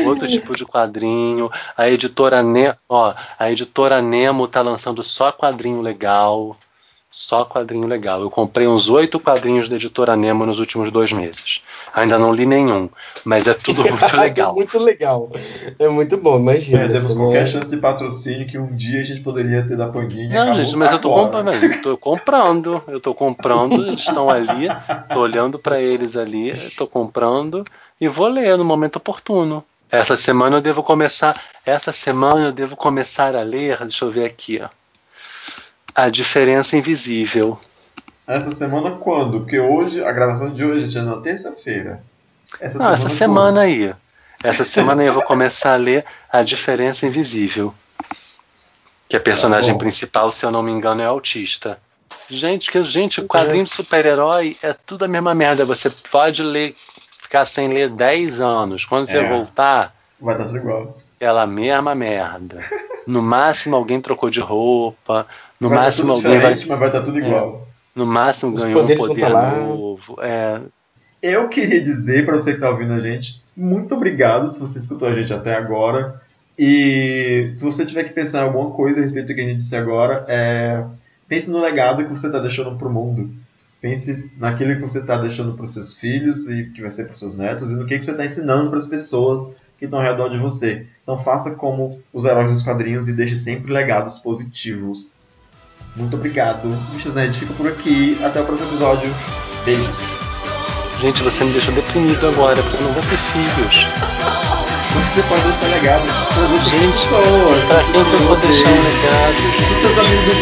outro tipo de quadrinho. A editora Nemo, ó, a editora Nemo tá lançando só quadrinho legal. Só quadrinho legal. Eu comprei uns oito quadrinhos da editora Nemo nos últimos dois meses. Ainda não li nenhum, mas é tudo muito É legal. muito legal. É muito bom, imagina. Perdemos você não qualquer é- chance de patrocínio que um dia a gente poderia ter da Panini. Não, Acabou gente, mas eu tô agora. comprando, eu tô comprando, eu tô comprando, eles estão ali, tô olhando pra eles ali, tô comprando e vou ler no momento oportuno. Essa semana eu devo começar, essa semana eu devo começar a ler, deixa eu ver aqui, ó. A Diferença Invisível. Essa semana quando? Porque hoje, a gravação de hoje, gente, é na terça-feira. Essa Não, semana essa semana quando? aí. Essa semana aí eu vou começar a ler A Diferença Invisível. Que a personagem bom. principal, se eu não me engano, é autista. Gente, que gente, quadrinho de super-herói é tudo a mesma merda. Você pode ler, ficar sem ler dez anos. Quando você É. voltar, Vai estar tudo igual. aquela mesma merda. No máximo alguém trocou de roupa. No Vai estar máximo tudo alguém vai. diferente, mas vai estar tudo É, igual. no máximo Os ganhou um poderes vão poder tá lá. novo. É, Eu queria dizer para você que está ouvindo a gente, muito obrigado se você escutou a gente até agora. E se você tiver que pensar em alguma coisa a respeito do que a gente disse agora, é... pense no legado que você está deixando para o mundo. Pense naquilo que você está deixando para os seus filhos e que vai ser para os seus netos e no que, que você está ensinando para as pessoas que estão ao redor de você. Então faça como os heróis dos quadrinhos e deixe sempre legados positivos. Muito obrigado. Bichas Nerd fica por aqui. Até o próximo episódio. Beijos. gente, você me deixou deprimido agora, porque eu não vou ter filhos. Mas você pode deixar legado para as outras Gente, pessoas. pra quem que eu vou deixar um legado? Os seus amigos do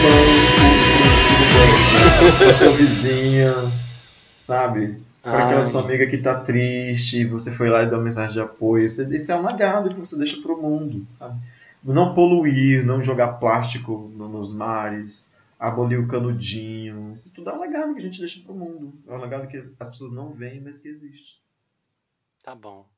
banco, para seu vizinho, sabe? Para aquela Ai, sua amiga que tá triste, você foi lá e deu uma mensagem de apoio. Esse é um legado que você deixa pro mundo, sabe? Não poluir, não jogar plástico no- nos mares, abolir o canudinho. Isso tudo é um legado que a gente deixa pro mundo. É um legado que as pessoas não veem, mas que existe. tá bom.